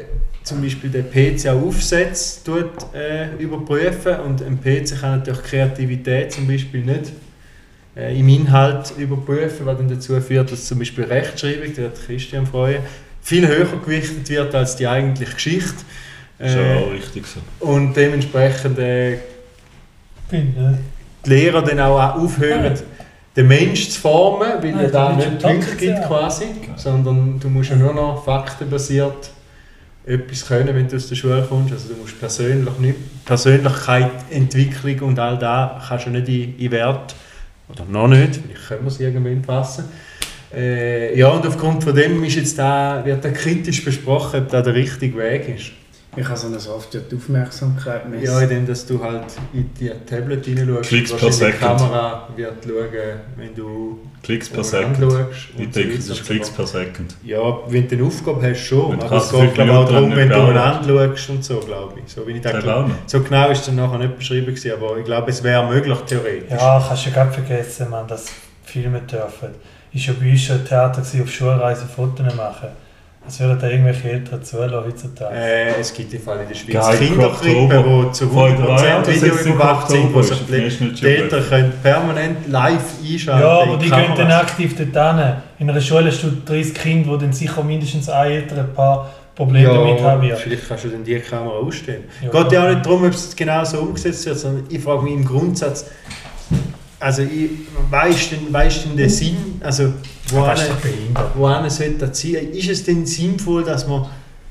zum Beispiel den P C auch aufsetzt, tut, äh, überprüfen und ein P C kann natürlich Kreativität zum Beispiel nicht äh, im Inhalt überprüfen, was dann dazu führt, dass zum Beispiel Rechtschreibung, der hat Christian freuen, viel höher gewichtet wird als die eigentliche Geschichte. Äh, ist ja auch richtig so. Und dementsprechend äh, Bin, ja. die Lehrer dann auch aufhören, den Menschen zu formen, weil Nein, es da nicht nicht schon Glück gibt Potenzial. quasi, sondern du musst ja nur noch faktenbasiert etwas können, wenn du aus der Schule kommst. Also du musst persönlich nicht, Persönlichkeit, Entwicklung und all das kannst du nicht in, in Wert, oder noch nicht, vielleicht können wir es irgendwann fassen. Äh, ja, und aufgrund von dem ist jetzt da, wird da kritisch besprochen, ob das der richtige Weg ist. Ich habe so eine Software, die Aufmerksamkeit messen. Ja, indem dass du halt in die Tablet hineinschaust. Klicks per Wahrscheinlich Second. Die Kamera wird schauen, wenn du Klicks per anschaust Second. und Ich so denke, weiter das ist und Klicks so per fort. Second. Ja, wenn du eine Aufgabe hast, schon. Wenn du Aber es kannst, geht fünf glaube ich, auch Minuten darum, lang wenn nicht du bearbeiten. einander schaust und so, glaube ich. So, wie ich das Selber glaub. auch noch. So genau ist es dann nachher nicht beschrieben gewesen, aber ich glaube, es wäre möglich, theoretisch. Ja, kannst du gar vergessen, man, dass Filme dürfen. Ich war bei uns schon im Theater gewesen, auf Schulreise Fotos machen. Es würden da irgendwelche Eltern zulassen heutzutage. Äh, es gibt im Fall in der Schweiz Geil, Kinderkrippen, die zu Voll hundert dabei, Prozent dass jetzt videoüberwacht im sind, wo sich Oktober ist, die nicht die Eltern schon können permanent live einschalten. Ja, aber in die gehen dann Kameras. aktiv dort hin. In einer Schule hast du dreißig Kinder, die dann sicher mindestens ein älteres Paar Probleme damit haben Ja, wird. vielleicht kannst du dann die Kamera ausstellen. Ja. Es geht ja auch nicht darum, ob es genau so umgesetzt wird, sondern ich frage mich im Grundsatz, also ich weiss denn, weiss denn den Sinn, also wo Das ist eine, doch behindert. wo eine sollte das sein? Ist es denn sinnvoll, dass man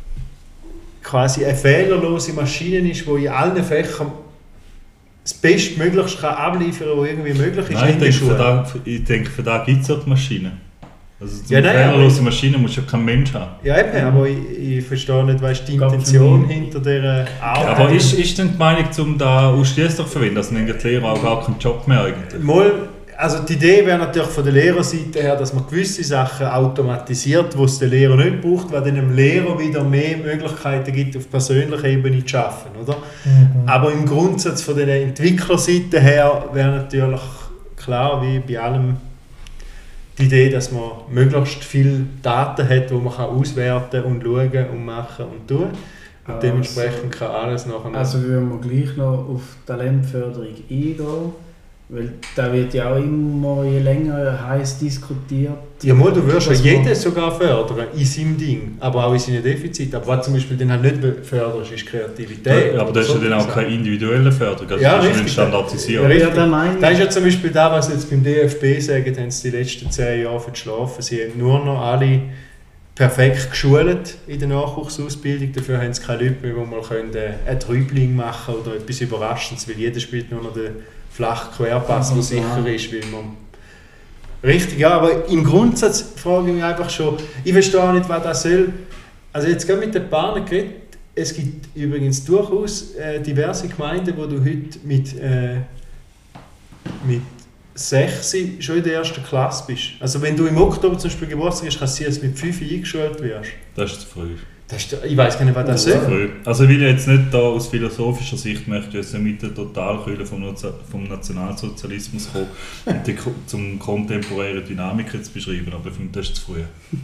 quasi eine fehlerlose Maschine ist, die in allen Fächern das Bestmöglichste kann abliefern kann, was irgendwie möglich ist Nein, ich in der denke, für Schule? da, ich denke, für da gibt es ja die Maschine. Also zum Ja, nein, fehlerlose aber- Maschine muss ja kein Mensch haben. Ja eben, aber ich, ich verstehe nicht, weißt, die Gab Intention für hinter dieser Arbeit. Aber ist, ist denn die Meinung, um da ausschließlich zu verwenden, dass dann die Lehrer auch gar keinen Job mehr eigentlich? Mal, also die Idee wäre natürlich von der Lehrerseite her, dass man gewisse Sachen automatisiert, die es der Lehrer nicht braucht, weil dann dem Lehrer wieder mehr Möglichkeiten gibt, auf persönlicher Ebene zu arbeiten, oder? Mhm. Aber im Grundsatz von der Entwicklerseite her wäre natürlich klar, wie bei allem, die Idee, dass man möglichst viele Daten hat, die man kann auswerten und schauen und machen und tun. Und Also- dementsprechend kann alles nachher... Also würden wir gleich noch auf Talentförderung eingehen, weil da wird ja auch immer je länger heiß diskutiert. Ja, mal, du wirst ja dass jeden man- sogar fördern in seinem Ding, aber auch in seinen Defiziten. Aber was zum Beispiel dann halt nicht förderst, ist Kreativität. Ja, aber das ist ja dann auch keine individuelle Förderung, also Ja, das ist richtig. eine Standardisierung. Ja, Ja, richtig. da meine ich. Das ist ja zum Beispiel das, was sie jetzt beim D F B sagen, haben sie die letzten zehn Jahre verschlafen. Sie haben nur noch alle perfekt geschult in der Nachwuchsausbildung. Dafür haben sie keine Leute mehr, die mal können, äh, einen Dribbling machen oder etwas Überraschendes, weil jeder spielt nur noch den flachen Querpass, der sicher ist, weil man... Richtig, ja, aber im Grundsatz frage ich mich einfach schon, ich verstehe auch nicht, was das soll. Also jetzt gerade mit den Bahnen geredet, es gibt übrigens durchaus äh, diverse Gemeinden, wo du heute mit, äh, mit sechs schon in der ersten Klasse bist. Also wenn du im Oktober zum Beispiel Geburtstag hast, kann es sein, dass du mit fünf eingeschult wirst. Das ist zu früh. Das ist, ich weiß gar nicht, was das Zu soll. früh. Also ich will jetzt nicht da aus philosophischer Sicht möchte ich jetzt nicht mit der Totalkühle vom, Naza- vom Nationalsozialismus kommen und die ko- zum kontemporären Dynamiken zu beschreiben, aber ich finde, das ist zu früh.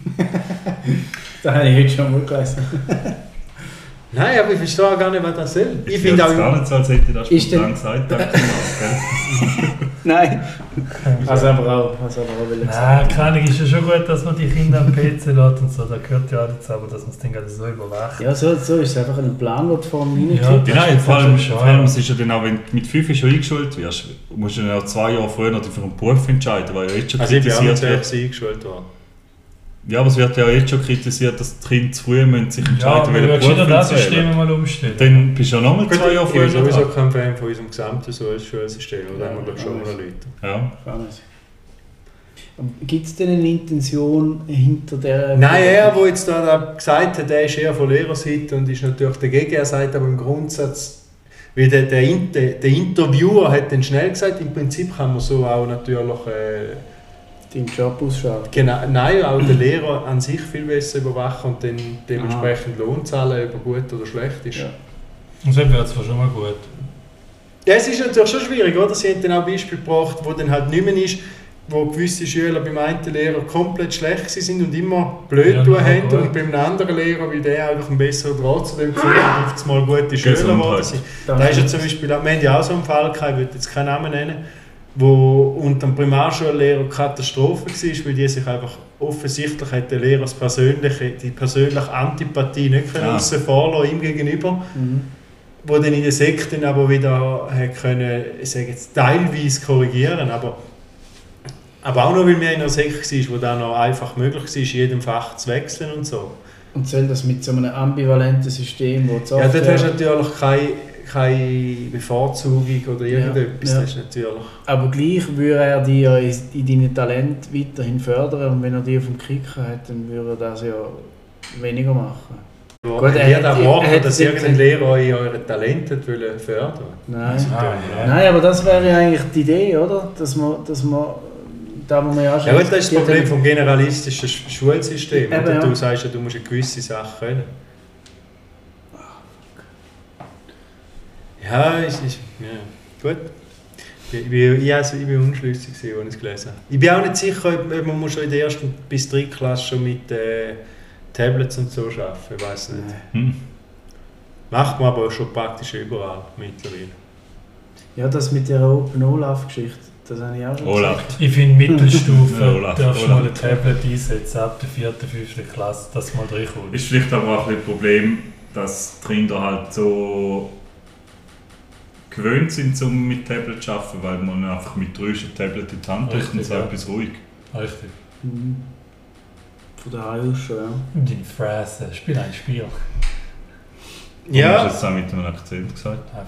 Da habe ich heute schon mal gelesen. Nein, aber ich verstehe auch gar nicht, was das soll. Ich Ich finde finde auch... gar nicht so, als hätte ich das Ist spontan denn- gesagt. Danke vielmals, gell? Nein. Also aber auch, also aber auch will ich Nein, sagen. keine Ahnung, ist ja schon gut, dass man die Kinder am P C lässt und so, da gehört ja auch dazu, aber dass man das Ding gerade so überwacht. Ja, so, so ist es einfach ein Plan, den du vorne Ja, reingekriegt Ja, nein, vor allem, Das ist schon vor allem schade. es ist ja dann auch, wenn du mit fünf schon eingeschult wirst, musst du dann auch zwei Jahre früher noch dich für einen Beruf entscheiden, weil ja jetzt schon Also ich bin auch mit kritisiert wird. sechs eingeschult worden. Ja, aber es wird ja jetzt schon kritisiert, dass die Kinder zu früh müssen sich Ja, entscheiden aber welchen du willst wieder das sie wählen. System mal umstellen. Dann bist du ja nochmal Gut, zwei Jahre ich bin früher sowieso dran. kein Fan von unserem gesamten Schulsystem, oder? Haben wir glaube ich schon mal erläutert. Ja. Gibt es denn eine Intention hinter der... Nein, er, der jetzt da, da gesagt hat, der ist eher von Lehrerseite und ist natürlich dagegen. Er sagt aber im Grundsatz, wie der, der, der, der Interviewer hat dann schnell gesagt, im Prinzip kann man so auch natürlich äh, deinen Job ausschaut. genau, nein, auch den Lehrer an sich viel besser überwachen und dann dementsprechend Lohn zahlen, ob er gut oder schlecht ist. Ja. Und so wird es schon mal gut. Ja, es ist natürlich schon schwierig, oder? Sie haben dann auch Beispiele gebracht, wo dann halt nicht mehr ist, wo gewisse Schüler beim einen Lehrer komplett schlecht sind und immer blöd Ja, tun ja, haben gut. und beim anderen Lehrer, wie der einfach ein besserer Draht zu dem Gefühl hat, oft mal gute Schüler geworden sind. Da ist ja zum Beispiel, wir haben ja auch so einen Fall gehabt, ich will jetzt keinen Namen nennen, wo unter dem Primarschullehrer Katastrophe war, weil die sich einfach offensichtlich hat der Lehrer das persönliche, die persönliche Antipathie nicht können Ah. aussen vor lassen, ihm gegenüber. Mhm. Wo dann in der Sekte aber wieder hat können, ich sage jetzt, teilweise korrigieren, aber, aber auch nur, weil wir in einer Sekte waren, wo dann noch einfach möglich war, in jedem Fach zu wechseln und so. Und soll das mit so einem ambivalenten System, wo die Ja, dort hast du Software... natürlich keine, keine Bevorzugung oder irgendetwas. Ja. Das ist natürlich... Aber gleich würde er dich ja in, in deinen Talent weiterhin fördern und wenn er die auf dem Kicker hat, dann würde er das ja weniger machen. Gut, Gut, er er hat- hat er erwartet, hat dass jetzt- irgendein Lehrer euch eure Talente wollte fördern. Nein. Ah, ja. Nein, aber das wäre ja eigentlich die Idee, oder? Dass man, dass man da muss man ja schon... Ja gut, das ist das Problem vom generalistischen Sch- Schulsystem. Eben, Oder? ja. Du sagst ja, du musst eine gewisse Sache können. Ja, es ist... Ja, gut. Ich bin, ich, also, ich bin unschlüssig, als ich es gelesen habe. Ich bin auch nicht sicher, ob man schon in der ersten bis dritten Klasse schon mit äh, Tablets und so arbeiten. Ich weiß nicht. Hm. Macht man aber schon praktisch überall mittlerweile. Ja, das mit der Open Olaf-Geschichte, das habe ich auch schon Olaf. Ich finde, Mittelstufe Ja, Olaf, darfst du Olaf. mal ein Tablet einsetzen, ab der vierten, fünften Klasse, dass du mal reinkommst. Ist vielleicht aber auch ein Problem, dass die Kinder halt so gewöhnt sind, um mit Tablet zu arbeiten, weil man einfach mit drei ein Tablet in die Hand drückt und Richtig, so ja. etwas ruhig. Richtig. Mhm. Von daheim aus schon, ja. Deine Fresse, spiel ein Spiel. Du hast es auch mit einem Akzent gesagt. Einfach.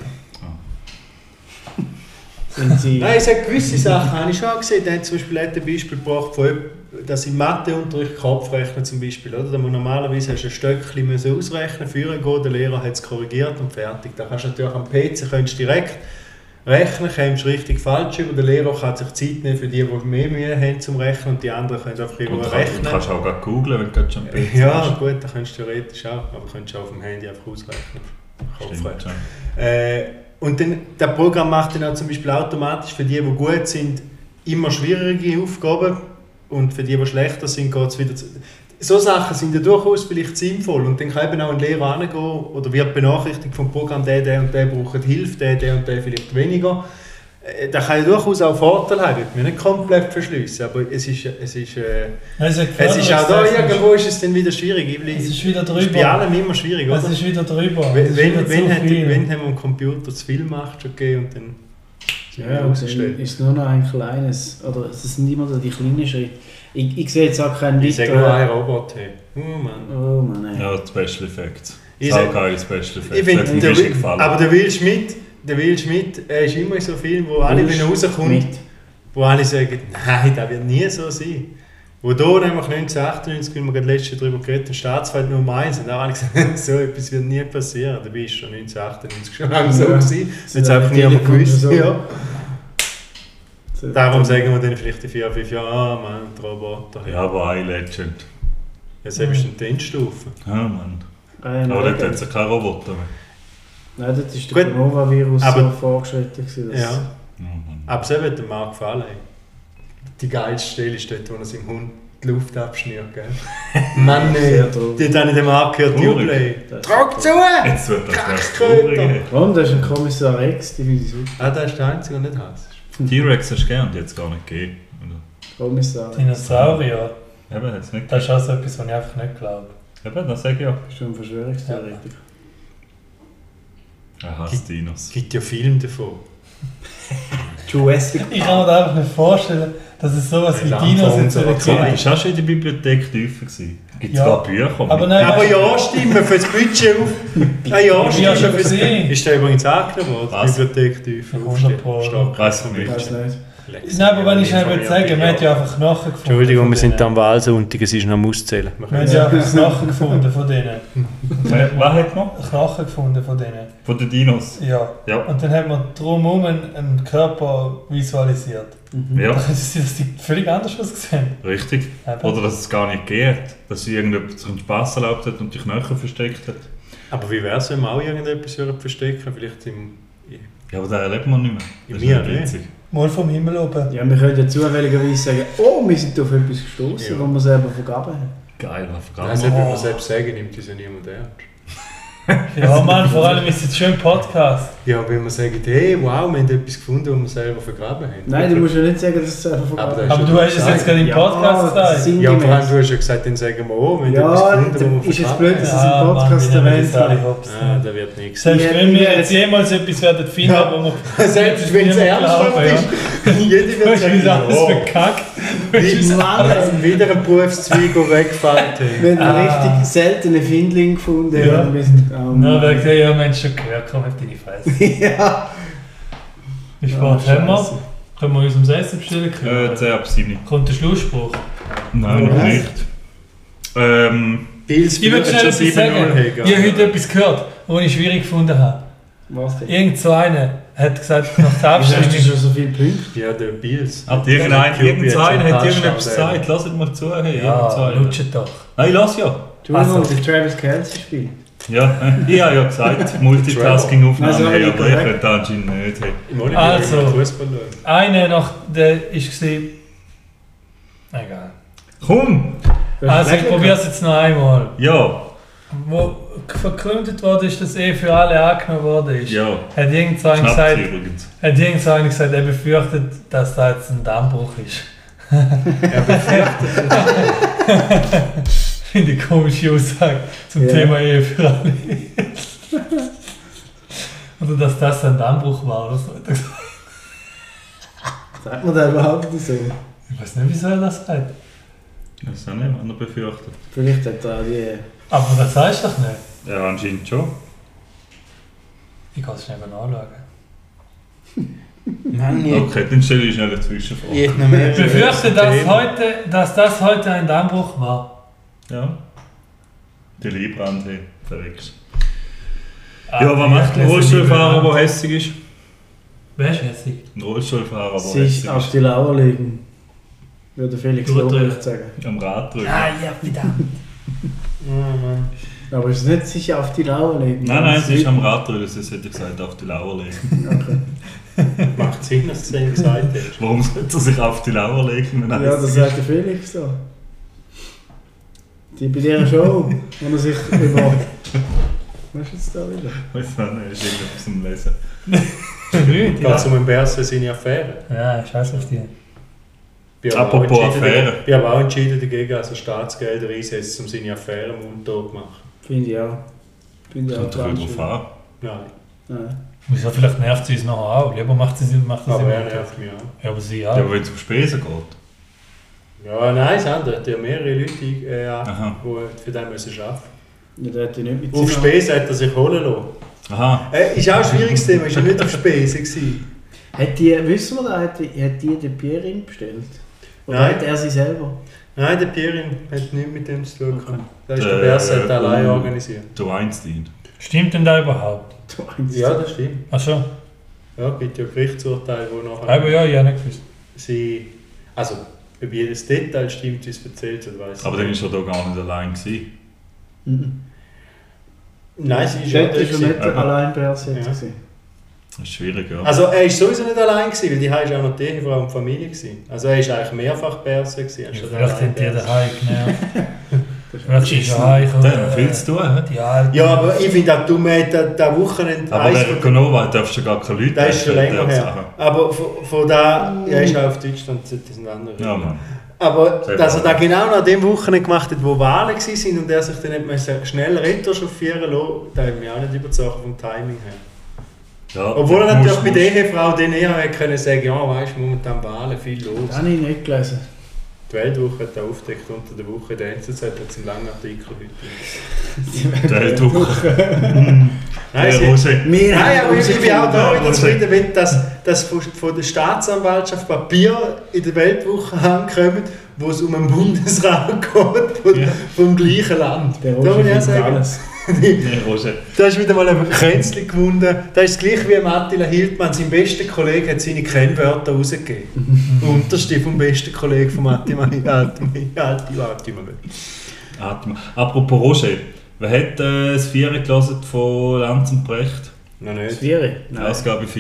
Wenn sie... Nein, es hat gewisse Sachen habe ich schon gesehen. Da haben zum Beispiel ein Beispiel gebracht, von, jemand- dass im Matheunterricht Kopfrechnen zum Beispiel. Oder? Da muss normalerweise hast du ein Stöckchen müssen ausrechnen, führen gehen, der Lehrer hat es korrigiert und fertig. Da kannst du natürlich am P C könntest direkt rechnen, kommst richtig falsch über. Der Lehrer kann sich Zeit nehmen für die, die mehr Mühe haben zum Rechnen und die anderen können einfach Und irgendwo du kannst, du rechnen. kannst auch gerade googlen, wenn du gerade schon am P C Ja, bist. gut, da kannst du theoretisch auch, aber kannst du auch auf dem Handy einfach ausrechnen. Stimmt, Kopfrechnen. ja. Äh, und dann, das Programm macht dann auch zum Beispiel automatisch für die, die gut sind, immer schwierige Aufgaben und für die, die schlechter sind, geht es wieder zu... So Sachen sind ja durchaus vielleicht sinnvoll und dann kann eben auch ein Lehrer hingehen oder wird benachrichtigt vom Programm, der, der und der braucht Hilfe, der, der und der vielleicht weniger. Äh, Das kann ja durchaus auch Vorteile haben, ich will mich nicht komplett verschliessen, aber es ist, es ist, äh, Nein, es, es ist auch da, irgendwo ist es dann wieder schwierig. Ich, Es ist wieder es ist bei drüber. allem immer schwierig, oder? Es ist wieder drüber. Wenn, Es ist wenn, wieder wenn, zu hat, viel. wenn haben wir am Computer zu viel Macht schon gegeben und dann sind Ja, wir und ausgestellt. dann ist es nur noch ein kleines, oder es sind immer so die kleinen Schritte. Ich, ich sehe jetzt auch keinen Ich sage nur ein weiteren... Roboter. Oh Mann. Oh Mann, ey. Ja, die Special Effects. Ich Sau sag- geile Special Effects. Ich finde, Das hat mir der, richtig Will- gefallen. aber der Will Schmidt, der Will Schmidt, er ist immer in so Film, wo alle, wenn er rauskommt, Mit. wo alle sagen, nein, das wird nie so sein. Wo da nämlich neunzehnhundertachtundneunzig, weil wir gerade letztes Jahr darüber geredet haben, Staatsfeind Nummer eins, und da haben alle gesagt, so etwas wird nie passieren. Dabei ist schon neunzehnhundertachtundneunzig schon lange so Ja. gewesen. So Jetzt einfach eine niemand gewusst. Telekom- Ja. So- Darum sagen wir dann vielleicht in vier, fünf Jahren, ah Mann, die Roboter. Ja, aber ein Legend. Ja, selbst in der Endstufe. Ja, Mann. Ah, ja, Aber dort nein, hat es ja keinen Roboter mehr. Nein, dort ist der Gut. Coronavirus Aber- so fortgeschritten gewesen, dass... Ja. Oh, Mann. Aber es hat dem Marc gefallen. Die geilste Stelle ist dort, wo er seinem Hund die Luft abschnürt. Gell? Mann, ey. Sehr traurig. Die habe ich dem Marc gehört, Traurig. jubeln. Das- Trag zu! Jetzt wird das Kackkröter. traurig. Warum? Das ist ein Kommissar Rex, die finde ich super. Ah, der ist der Einzige, der nicht hasst. T-Rex hast du gern, die hat es gar nicht gegeben. Oder? Kommissar Rex. Dinosaurier, Eben, hat es nicht das ist auch so etwas, was ich einfach nicht glaube. gegeben. Eben, das sage ich ja. Bist du ein Verschwörungstheoretiker? Er hasst Dinos. Es gibt ja Filme davon. Jurassic Ich kann mir da einfach nicht vorstellen, dass es sowas wie Land Dinos von in unserer der Zeit. Zeit Du bist auch schon in der Bibliothek tiefer gewesen. Gibt es Ja. da Bücher? Aber mit- nein, Aber weißt du, ja, stimmen für das Budget auf. Ah, ja, Ich hab stimmen schon fürs... gesehen. Ist der übrigens angenommen worden? Was? Die Bibliothek tiefer hundert Pro. aufstehen. Weiss ich nicht. weiß nicht. Nein, aber wenn ich schnell will sagen, wir haben ja einfach Knochen gefunden. Entschuldigung, wir sind von da am Wahlsonntag, es ist noch am Auszählen. Wir denen. Wir können- haben ja einfach Knochen gefunden von denen. Wer- Was hat man? Knochen gefunden von denen. Von den Dinos? Ja. Ja. Und dann hat man drumherum einen Körper visualisiert. Ja, Da könnte es sein, dass die völlig anders ausgesehen. richtig. Eben. Oder dass es gar nicht geht. Dass irgendjemand sich einen Spass erlaubt hat und die Knochen versteckt hat. Aber wie wäre es, wenn wir auch irgendetwas würden verstecken? Vielleicht im... Ja, aber da erlebt man nicht mehr. In Das mir, ist ne? witzig. Mal vom Himmel oben. Ja, wir können ja zufälligerweise sagen, oh, wir sind auf etwas gestoßen, Ja. wo wir selber vergaben haben. Geil, was vergraben. Also, wenn man selbst sagen, nimmt das ja niemand ernst. Ja, Mann, vor allem ist es jetzt schön Podcast. Ja, wenn man sagt, hey, wow, wir haben etwas gefunden, was wir selber vergraben haben. Nein, du musst ja nicht sagen, dass es selber Aber vergraben das Aber du hast es jetzt gerade im Podcast gesagt. sind Ja, vor allem, du hast ja gesagt, dann sagen wir, oh, wir haben Ja, etwas gefunden, dann was wir ist es vergraben blöd, haben. dass es im Podcast erwähnt wird. Ah, da wird nichts. Selbst Ja, wenn wir ja, jetzt jemals etwas werden finden, Ja. wo wir Selbst wenn es ernsthaft ist, jeder Du wird hast sagen, uns alles oh, verkackt. Du hast uns wie alles- Mann, wieder ein Berufszweig, der wegfällt. Wir haben einen Ah. richtig seltenen Findling gefunden. Ja. Und wir sind, oh Na, Mann. wer gesagt, ja, Mensch, schon gehört, komm auf deine Fresse. Ja. Wie spät Ja, haben wir? Scheisse. Können wir uns ums Essen bestellen? Äh, zehn ab sieben. Kommt der Schlussspruch? Nein, noch Was? nicht. Ähm, Bills Ich will führen schnell schon etwas sieben sagen. null Ich habe heute etwas gehört, was ich schwierig gefunden habe. Was denn? Irgend so einer hat gesagt, nach der Wieso hast du Abstimmung... schon so viele Punkte? Ja, der Bills. hat irgendein, Q B irgendeiner hat hat schon irgendetwas Touchdown, gesagt. Lasst mal zu. Hey, Ja, irgendeiner. lutscht doch. Nein, lass ja. Entschuldigung, Also. das Travis Kelce Spiel. Ja, äh, ich habe ja gesagt, Multitasking-Aufnahmen, Also, hey, aber ich korrekt. könnte anscheinend nicht. Hey. Im Oliver Also. also. Fußball schauen. Einer nach der ist war... Egal. Komm! Also ich probiere es jetzt noch einmal. Ja, Wo verkündet wurde, ist, dass eh für alle angenommen worden ist. ja. Hat irgend so einer Knapp gesagt, übrigens. hat irgend so einer gesagt, er befürchtet, dass da jetzt ein Dammbruch ist. Er befürchtet. Finde ich komische Aussage zum Ja. Thema Ehe für alle. Oder dass das ein Dammbruch war oder so. hat er gesagt. Sagt man da überhaupt so? Ich weiß nicht, wieso er das sagt. Das ist auch nicht, wenn er befürchtet. Vielleicht hat er auch die... Aber das sagst du doch nicht. Ja, anscheinend schon. Ich kann es schnell anschauen. Mann, Okay, dann stelle ich schnell eine Zwischenfrage. ich noch mehr. Ich befürchte, dass, heute, dass das heute ein Dammbruch war. Ja. Die Liebrand, hey, verrückt. Ah, Ja, was macht ein Rollstuhlfahrer, der hässig ist? Wer ist hässig? Ein Rollstuhlfahrer, der Sich hässig auf ist. die Lauer legen. Würde Felix Gut, Lobrecht sagen. Am Rad drücken. Ah, ja, wieder. Oh, Mann. Aber es ist nicht sich auf die Lauer legen. Nein, nein, es ist am Rad drücken, sonst hätte ich gesagt, auf die Lauer legen. Okay. Macht Sinn, dass du es ihm gesagt hast. Warum sollte er sich auf die Lauer legen, wenn er Ja, das hässig sagt der Felix so. Die bei dieser Show, wo er sich über... Was ist jetzt da wieder? ist? Ich weiß nicht, ist irgendetwas zum Lesen. Nicht, Geht ja. es um einen Berse seine Affäre? Ja, scheiß auf die. Ich habe auch Apropos entschieden- Affäre. Ich habe auch entschieden dagegen, also Staatsgelder einsetzen, um seine Affäre mundtot zu machen. Finde ich auch. Finde ich auch Kommt doch ganz drauf schön. an. Nein, Nein. Wieso, vielleicht nervt sie uns nachher auch. Lieber macht sie sie, macht sie aber sie er nicht. nervt mich auch. Ja, aber sie Ja, auch. aber wenn es um Spesen geht. Ja, nein, das andere. Der hat mehrere Leute, äh, Aha. die für den müssen arbeiten Ja, der hat die nicht mit müssen. Auf seiner- Spesen hat er sich holen lassen. Aha. Äh, ist auch ein schwieriges Thema, ist ja nicht auf Spesen gewesen. Hat die, wissen wir da, hat die, hat die den Pierin bestellt? Oder Nein. hat er sie selber? Nein, der Pierin hat nichts mit dem zu tun. Okay. Das ist der Äh, Berse, hat allein uh. organisiert. Der Weinstein. Stimmt denn da überhaupt? Du meinst- Ja, das stimmt. Ach so. Ja, es gibt ja Gerichtsurteile, wo nachher... Aber ja, ich habe nicht gewusst. Sie, also, ob jedes Detail stimmt, wie es erzählt wird, weiss Aber ich dann nicht. war er da gar nicht allein. Gewesen. Mhm. Nein, sie ist ja Dort dort ist er gewesen. nicht Eben. allein bei uns jetzt Ja. gewesen. Das ist schwierig, ja. Also er war sowieso nicht allein, gewesen, weil die Hause war auch noch die Ehefrau und Familie. Gewesen. Also er war eigentlich mehrfach Berse. Gewesen, Ja, anstatt vielleicht allein haben die Berse. daheim genervt. Vielleicht ist er heim. Der hat noch viel zu tun. hä? Ja, Ja, aber ich finde auch, du hast das Wochenende... Aber eins der von- Konova darfst du gar keine Leute Das ist schon einstellen, länger der her. Sachen. Aber von, von da... Ja, ist auch auf Deutschland, das sind andere. Ja, Mann. Aber Sehr dass er gut. das genau noch an dem Wochenende gemacht hat, wo Wahlen waren und er sich dann nicht mehr schnell retrochauffieren lassen, da hat mich auch nicht überzeugt vom Timing her. Ja, Obwohl er musst- natürlich bei musst- der Ehefrau dann eher hätte können sagen, ja, weißt du, momentan Wahlen, viel los. Das habe ich nicht gelesen. Die Weltwoche hat er aufgedeckt unter der Woche, der N Z Z hat einen langen Artikel heute. Der hält durch. Nein, Der sie, Rose. Wir nein, aber ich bin auch da Ja, wieder Rose. zufrieden, wenn das, das von, von der Staatsanwaltschaft Papier in der Weltwoche ankommen, wo es um einen Bundesrat geht, von, Ja. vom gleichen Land. Der Da muss Roger ich auch findet sagen, alles. Der Rose. da ist wieder mal ein Kränzchen gewonnen. Das ist gleich wie Attila Hildmann, sein bester Kollege, hat seine Kennwörter rausgegeben. Unterste vom besten Kollegen von Attila Attila. Atmen. Apropos Roger, wer hat äh, das Vier gelesen von Lanz und Brecht? Noch Das nicht. Vieri? Nein. Ausgabe vier.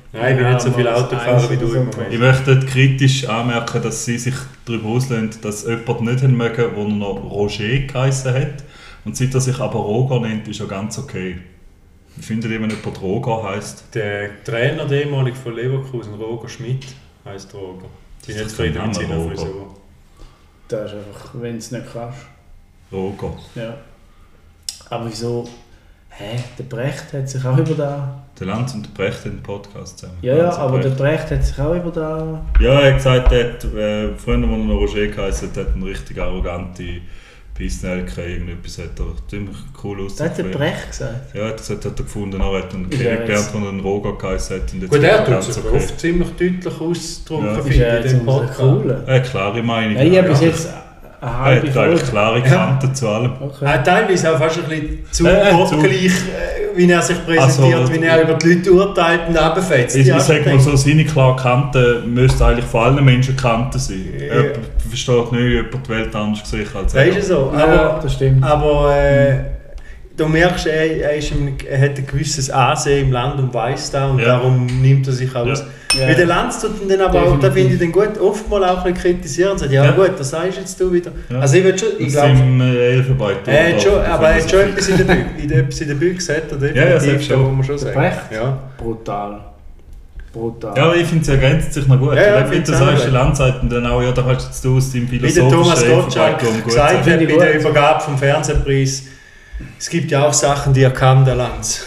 Nein, ich bin Ja, nicht so viel mal das Autofahrer eins wie du oder im so. Moment. Ich möchte kritisch anmerken, dass sie sich darüber auslösen, dass jemand nicht haben mögen, der noch Roger geheissen hat. Und seit er sich aber Roger nennt, ist er ganz okay. Ich finde, wenn jemand Roger heisst. Der Trainer, der ehemalige von Leverkusen, Roger Schmidt, heisst Roger. Ich bin nicht zufrieden mit seiner Roger. Frisur. Das ist einfach, wenn du es nicht kannst. Roger. Ja. Aber wieso? Hä? Der Brecht hat sich auch über da. Der Lanz und der Brecht in den Podcast zusammen. Ja, ja, Lanz und aber der Brecht. Brecht hat sich auch über da. Ja, er hat gesagt, er hat, äh, früher, als er noch Roger geheißen hat, hat eine richtig arrogante Peace-Nelke, irgendetwas hat er ziemlich cool Das hat der ausgesehen. Brecht gesagt. Ja, das hat er gefunden, er hat einen Ist er Kehrig gelernt, jetzt- der einen Roger geheißen hat. Und jetzt Gut, ist er tut ganz sich okay. oft ziemlich deutlich ausdrücken, Ja. Ist finde er ich, in jetzt dem unser Podcast. Cooler? Eine klare Meinung. Ja, ich habe bis Ja. jetzt eine Er halbe hat eigentlich Folge. klare Kanten zu allem. Okay. Er hat teilweise auch fast ein bisschen zu Äh, äh, wortgleich, äh, wie er sich präsentiert, Also, wie er über die Leute urteilt und runterfetzt. Ich, Ja, ich sage mal denke- so, seine klare Kanten müssten eigentlich von allen Menschen Kanten sein. Ja. Er versteht nicht, wie jemand die Welt anders gesehen als Das er. ist so. Ja, Aber, das stimmt. aber äh, du merkst, er, er, ist im, er hat ein gewisses Ansehen im Land und weiss das und Ja. darum nimmt er sich auch Ja. aus. Ja. Weil der Lanz tut ihn dann aber auch, da Definitiv. finde ich den gut, oftmals auch ein bisschen kritisieren und sagt, ja, Ja. gut, das sagst jetzt du wieder. Ja. Also ich will schon, ich Das glaube, im äh, Elfenbeinturm. er hat schon, da, aber er hat da schon finden etwas in der Büchse, in der, etwas in der Büchse hat er Ja, ja, definitiv, selbst da schon. muss man schon Der sagen. Brecht? Ja. Brutal. Brutal. Ja, aber ich finde, es ergänzt sich noch gut. Ja, ja, Ja, ich wie find's du auch sagst, gut. der Landseiten dann auch, ja, da hast jetzt du aus deinem Wie der philosophischen Thomas Gottschalk Elfenbeinturm gut gesagt sein. hat Finde bei ich der gut. Übergabe vom Fernsehpreis, es gibt ja auch Sachen, die er kann, der Lanz.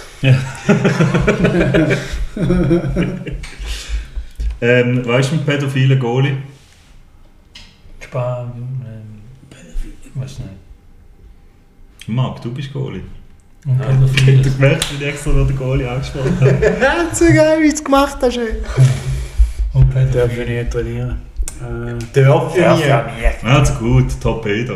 Ähm, weißt du, ein pädophiler Goalie? Spanien. Ähm, ich weiß nicht. Marc, du bist Goalie. Und Du Pädophil. gemerkt, wie ich extra noch den Goalie angesprochen habe. So geil, wie du es gemacht hast. Und Darf Pädophil. ich nicht trainieren. Äh, Darf Ja, nie. ja, nie. Also gut, Torpedo.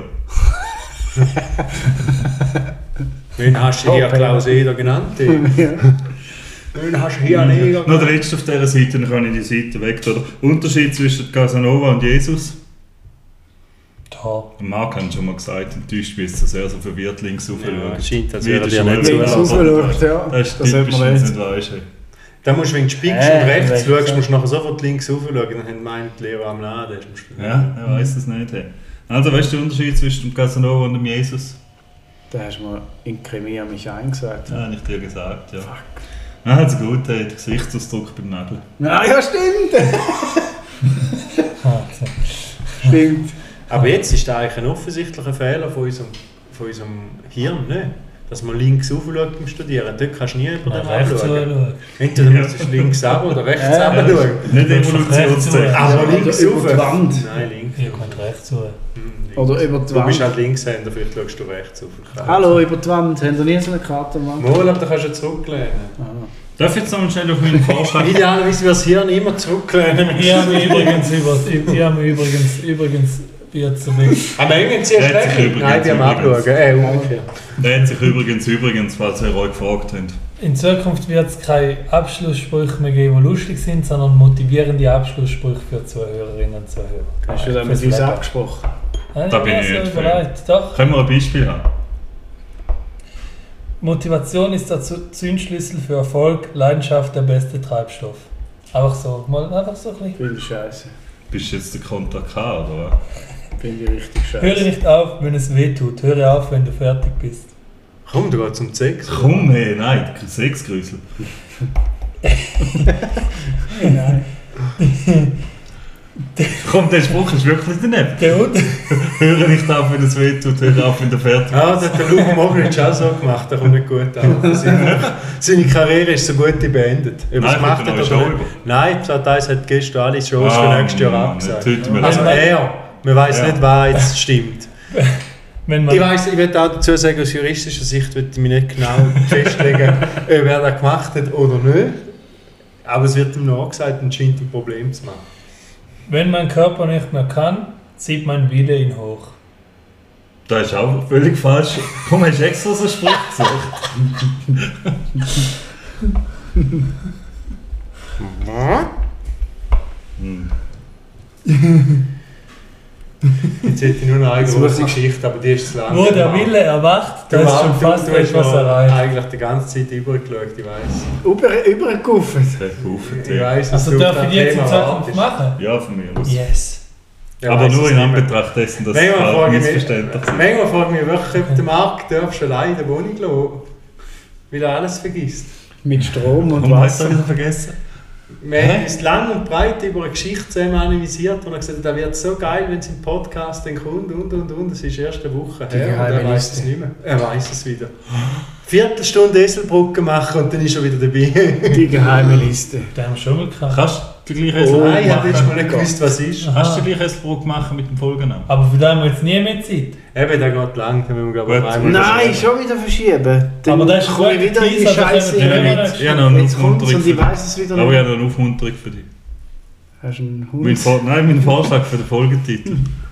Wen hast du hier Klaus Eder genannt? Wen hast du hier Neger Noch der letzte auf dieser Seite, dann kann ich die Seite weg. Der Unterschied zwischen Casanova und Jesus. Da. Marc hat schon mal gesagt, enttäuscht bist, dass er so verwirrt links rauf Ja, schaut. scheint, als Wie wäre der dir nicht Schule- links zulassen. raufschaut, ja. Das ist Das typisch, hat man wenn du es jetzt. nicht weißt. Da musst du, wenn du spickst Äh, und rechts weißt du, schaust, so. musst du nachher sofort links rauf schauen, dann meint die Lehrer am Laden. Das ist am Schluss. Ja, er weiss es nicht. hey. Also, weißt du den Unterschied zwischen dem Casanova und dem Jesus? Da hast du mal in Krimi an mich eingesagt. Ja, habe ich dir gesagt, ja. Ah, also gut, hey, der Gesichtsausdruck beim Nebel. Ah, ja, stimmt! Ah, Stimmt. Aber jetzt ist das eigentlich ein offensichtlicher Fehler von unserem, von unserem Hirn, ne? Dass man links rauf schaut beim Studieren. Dort kannst du nie über den Mal rechts anschauen. zuschauen. Entweder musst du links runter oder rechts Ja, runter schauen. Nicht rechts Evolutionszeichen. zu. Aber Oder links über rauf. die Wand. Nein, links. Ihr könnt rechts zu. Hm, links. Oder über die Du bist Wand. halt Linkshänder, vielleicht schaust du rechts rauf. Hallo, über die Wand. Habt ihr nie so eine Karte gemacht? Mal, aber da kannst du ja zurücklehnen. Ah. Darf ich jetzt noch mal schnell auf meinen Vorschlag? Idealerweise wird das Hirn immer zurücklehnen. Ich habe mich übrigens über, ich habe mich übrigens, übrigens wird so weg. Am Engen ziehst du Hat sich weg? übrigens- Nein, die am übrigens. Abschauen. Äh, umgekehrt. Der hat sich übrigens, übrigens, falls ihr euch gefragt habt. In Zukunft wird es keine Abschlusssprüche mehr geben, die lustig sind, sondern motivierende Abschlusssprüche für Zuhörerinnen und Zuhörer. Hast du da mit Fürs uns Leben. abgesprochen? Nein, Da bin ja, ich so nicht überlegt. Doch. Können wir ein Beispiel haben? Motivation ist der Zu- Zündschlüssel für Erfolg, Leidenschaft der beste Treibstoff. Auch so, mal einfach so ein bisschen. Finde ich scheiße. Bist du jetzt der Konter K, oder was? Finde ich richtig Höre scheiße. nicht auf, wenn es weh tut. Höre auf, wenn du fertig bist. Komm, du gehst zum Sex. Komm, hey, nein, Sexgrüßel. Nein. Komm, der Spruch ist wirklich daneben. Der Hund. Höre nicht auf, wenn es weh tut, höre auf, wenn du fertig bist. Ah, das hat der Luke Moglic auch so gemacht, der kommt nicht gut an. Seine, seine Karriere ist so gut wie beendet. Ob er es Nein, gemacht kommt hat noch oder eine nicht. Show Nein, Platteis hat gestern alle Shows Ah, für nächstes Jahr Mann, abgesagt. jetzt tut mir Also leid. er, man weiß Ja. nicht, wer jetzt stimmt. Wenn man Ich weiss, ich will auch dazu sagen, aus juristischer Sicht würde ich mich nicht genau festlegen, ob er das gemacht hat oder nicht. Aber es wird ihm nachgesagt und scheint ein Problem zu machen. Wenn mein Körper nicht mehr kann, zieht mein Wille ihn hoch. Das ist auch völlig falsch. Komm, hast du extra so einen Spruch gesagt? Hm. Jetzt hätte ich nur noch eine große Geschichte, aber die ist zu lang. Wo der Wille erwacht, da ist schon fast etwas erreicht. Eigentlich die ganze Zeit übergeschaut, ich weiss. Über, übergekauft. Ich weiss, Also du darf das ich jetzt in Thema Zukunft wartest. machen? Ja, von mir aus. Yes. Ja, aber weiss nur es in nicht mehr. Anbetracht dessen, dass Manchmal es frage ich mich- missverständlich ist. Manchmal frage ich mich wirklich, ob der Marc darfst allein in der Wohnung lassen, weil er alles vergisst. Mit Strom und Warum hast du Wasser. das vergessen? Wir haben uns lang und breit über eine Geschichte zusammen analysiert und er gesagt, das wird so geil, wenn es im Podcast dann kommt und und und. Das ist erst eine Woche Die her und geheime er weiß Liste. es nicht mehr. Er weiß es wieder. Viertelstunde Eselbrücke machen und dann ist er wieder dabei. Die geheime Liste. Den haben wir schon mal gehabt. Kannst du gleich Oh, Esselbrück nein, ich habe jetzt mal machen? nicht gewusst, was ist. Kannst du gleich Esselbrück machen mit dem Folgennamen? Aber für den haben wir jetzt nie mehr Zeit. Eben, der geht lang, da müssen wir glaube ich Gut. einmal Nein, verschieben. schon wieder verschieben. Dann Aber das ist komme ich gut wieder in die Teaser, da Scheiße können wir rein. nicht- Ich habe noch eine Jetzt kommt es Aufmunterung und für ich dich. weiss es wieder Aber ich nicht. habe noch eine Aufmunterung für dich. Hast du einen Mein Hund? Vor Nein, mein Vorschlag für den Folgetitel.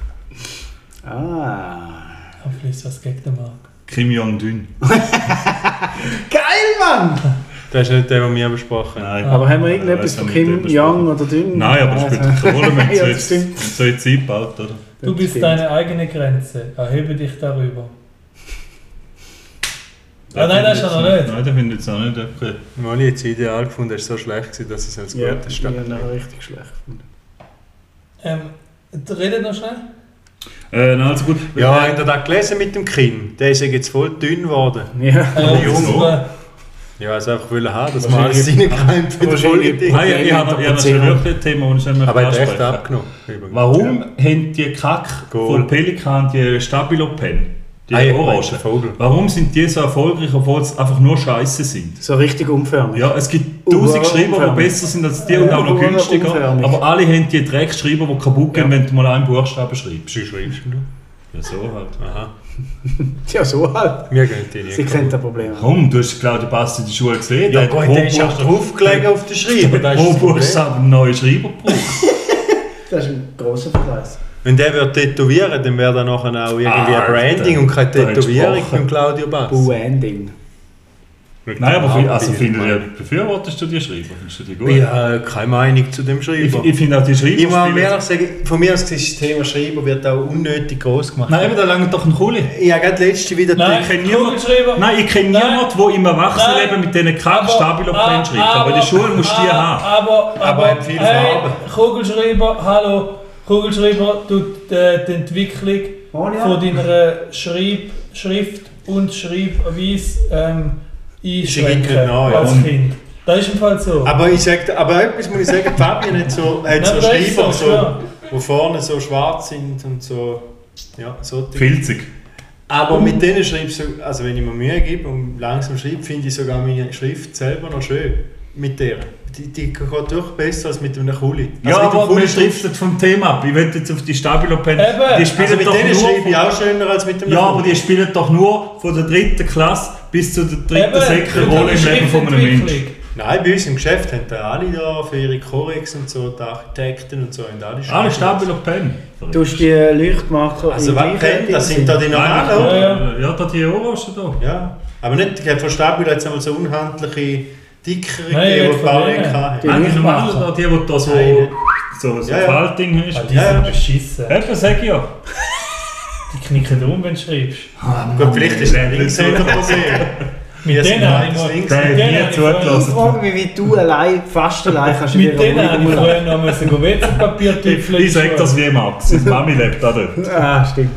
Ah. Aber vielleicht was gegen den Marc. Kim Jong-un. Geil, Mann! Das ist nicht der, den wir besprochen haben. Nein. Aber haben wir Ja, irgendetwas das von haben wir Kim nicht Jong oder Dünn? Nein, aber das spielt keine Rolle, wenn Ja, du das jetzt, wenn stimmt. du so jetzt einbaut, oder? Du Das bist stimmt. deine eigene Grenze. Erhebe dich darüber. Ah, nein, das ist ja noch nicht. Nein, den finde ich jetzt auch nicht okay. Mal jetzt ideal gefunden, es war so schlecht, gewesen, dass ich es als Ja, gutes ich Start habe ihn richtig schlecht gefunden. Ähm, redet noch schnell. Äh, nein, also gut. Ja, habt ihr das gelesen mit dem Kim? Der ist ja jetzt voll dünn geworden. Ja. Äh, wieso? unsere- Ja, also einfach wollen haben, dass man alles reingekeimt für die Wahrscheinlich- Folge. Nein, ich, ich habe ich habe schon wirklich ein Thema, das ich nicht mehr Aber er hat echt ansprechen. abgenommen. übrigens. Warum Ja. haben die Kack Goal. von Pelikan die Stabilo-Pen, die Ah, ja, Orangen, der Vogel. warum sind die so erfolgreich, obwohl es einfach nur Scheiße sind? So richtig unförmig. Ja, es gibt Uh, tausend Schreiber, die unförmig. besser sind als die und auch noch Uh, günstiger, unförmig. aber alle haben die Dreckschreiber, die kaputt gehen, Ja. wenn du mal einen Buchstaben schreibst. Wie schreibst du? Ja, so halt. Aha. Ja, so halt. Wir gehen die nicht. Sie kennt das Problem. Komm, du hast Claudia Basti in der Schule gesehen. Ja der gut, hat der ist auch draufgelegen auf den Schreiber. Das ist pro das Problem. Buchstaben einen neuen Schreiber gebraucht. Das ist ein grosser Vergleich. Wenn der wird tätowieren, dann wäre da nachher auch irgendwie Ah, ein Branding Alter. und keine Da hättest du Tätowierung gesprochen. von Claudio Bass. Bu-Ending. Nein, aber fi- also Abbild, finde Mann. ich, befürwortest du die Schreiber? Findest du die gut? Ich habe keine Meinung zu dem Ich, Schreiber. ich finde auch die Schreiber Ich muss spielen- ehrlich sagen, von mir aus ist das Thema Schreiber wird auch unnötig groß gemacht. Nein, aber da langt doch ein Kuli. Ich habe gerade letzte wieder Nein, Ich kenne niemanden, Kugelschreiber. nein, ich kenn Nein. niemanden, der im Erwachsenenleben mit diesen kack stabilo ah, pen schreibt. Aber in der Schule musst du die haben. Aber, aber, Aber in viel hey, Farben. Kugelschreiber, hallo. Kugelschreiber tut äh, die Entwicklung Oh, ja. von deiner Schreib, Schrift und Schreibweise ähm, einschränken nicht nach, ja. als Kind. Das ist im Fall so. Aber ich sag, aber etwas muss ich sagen, Fabian hat so, hat Nein, so aber das ist Schreiber, so, so, ja. wo vorne so schwarz sind und so. Ja, so. Filzig. Aber mit denen schreibst du, also wenn ich mir Mühe gebe und langsam schreibe, finde ich sogar meine Schrift selber noch schön. Mit der. Die, die geht durch besser als mit einem Kuli. Ja, Also mit dem aber Kuli wir schreibst driften vom Thema ab. Ich will jetzt auf die stabilo pen. Eben. Die spielen also mit doch denen nur schreibe ich von- auch schöner als mit dem Ja, Kuli. aber die spielen doch nur von der dritten Klasse bis zur dritten Eben, Säcke für Rolle die im Leben von einem Schriftentwicklung. Menschen. Nein, bei uns im Geschäft haben da alle da für ihre Chorex und so, die Architekten und so, haben alle Alle schreiben. stabilo pen. Du hast die Leuchtmacher Also in was gleichen kennt, das Ding sind da die normalen, Nein, oder? Ja, ja, da die Orangen da. Ja, aber nicht, ich habe von Stabilo jetzt einmal so unhandliche, dickere Nein, gegeben, jetzt die Farbe von denen. hatten. Die Nein, die Lichtmacher. normalen da, die, die da so, Nein, so, so Ja, ja. Faltding Ah, hast. die Ja, ja. sind beschissen. Eben, sag ich ja. Die knicken um, wenn du schreibst. Gut, vielleicht ist der Linkshänder passiert. Mit Ja, denen sie habe ich meint, mal- das links- mit Der hat denen nie habe ich vorher- Ich zugelassen. frage mich, wie du allein, fast allein kannst du Mit wieder denen habe ich ruhig vorher noch müssen W C-Papier tüpfeln. Ich sag das wie Max. Seine Mami lebt da dort. Ah, stimmt.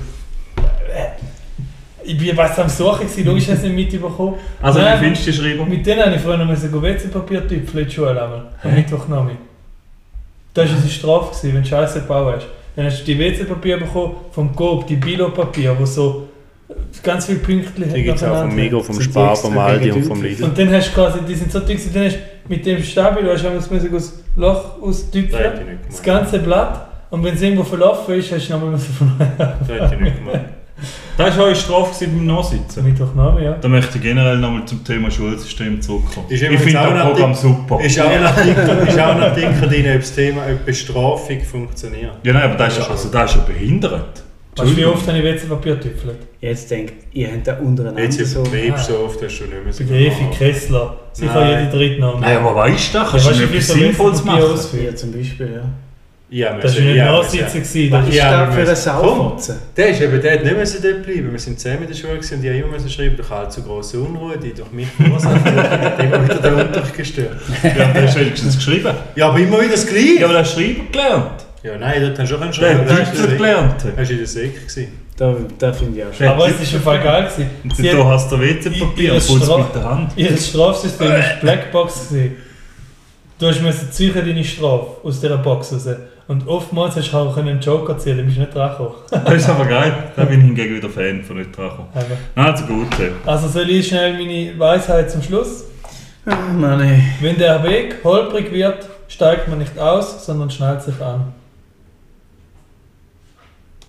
Ich bin was am Suchen gewesen, logisch hast du nicht mitbekommen. Also, Nein, wie findest du die Schreiber? Mit denen habe ich vorher noch müssen W C-Papier tüpfeln in die Schule einmal. Am Mittwochnachmittag. Das war unsere Strafe, gewesen, wenn du Scheiße gebaut hast. Dann hast du die W C-Papier bekommen vom Coop, die Bilo-Papier, wo so ganz viele Pünktchen Die gibt es auch vom Migros, vom Sind die Spar, extra vom Aldi und gegen vom die Lidl. Und dann hast du quasi, die sind so dick, gewesen, dann hast du mit dem Stabilo hast du einmal müssen aus Loch austüpfeln, Das hätte ich nicht das gemacht. ganze Blatt. Und wenn es irgendwo verlaufen ist, hast du nochmal müssen von Das hätte ich nicht gemacht. Das war eure Strafe gewesen beim Nachsitzen. Mittwochnachmittag, ja. Da möchte ich generell nochmal zum Thema Schulsystem zurückkommen. Ist Ich übrigens finde auch das ein Programm Artikel- super. Ist auch ein Artikel, ist auch ein Artikel drin, ob das Thema, ob Bestrafung funktioniert. Ja, nein, aber das ist ja, also, das ist ja behindert. Weißt du, wie oft habe ich W C-Papier tüpfelt? Jetzt denkt, ihr habt da untereinander Jetzt so... Betrieb so oft hast du schon nicht mehr so Bei der Evi Kessler. Sicher Nein. jede dritte Name. Nein, aber weißt du, kannst Ja, du weißt nicht du, etwas wie viel Sinnvolles W C-Papier machen? ausfüllt? Ja, zum Beispiel, ja. Ja, das war nicht Nachsitzen. Was ist das für eine Saufotze? Der ist eben, der hat nicht müssen dort bleiben. Wir sind zusammen in der Schule und die haben immer schreiben, durch allzu grosse Unruhe, die durch mich verursacht wird, immer wieder den Unterricht gestört. Ja, du hast wenigstens geschrieben. Ja, aber immer wieder das Gleiche. Ja, aber du hast Schreiben gelernt. Ja, nein, dort hast du schon schreiben. Der hat Deutsch gelernt. Hast du in der Sek gewesen? Da, da finde ich auch schön. Aber es ist im Fall geil gewesen. Und du hast der W C-Papier und putzt mit der Hand. Ihr Strafsystem war Blackbox gewesen. Du musst ziehen deine Strafe aus dieser Box raus. Und oftmals hast du auch einen Joker erzählen, du bist nicht dran gekommen. Das ist aber geil. Da bin ich hingegen wieder Fan von nicht dran gekommen. Also gut. Also soll ich schnell meine Weisheit zum Schluss? Oh Mann, ey. Wenn der Weg holprig wird, steigt man nicht aus, sondern schnallt sich an.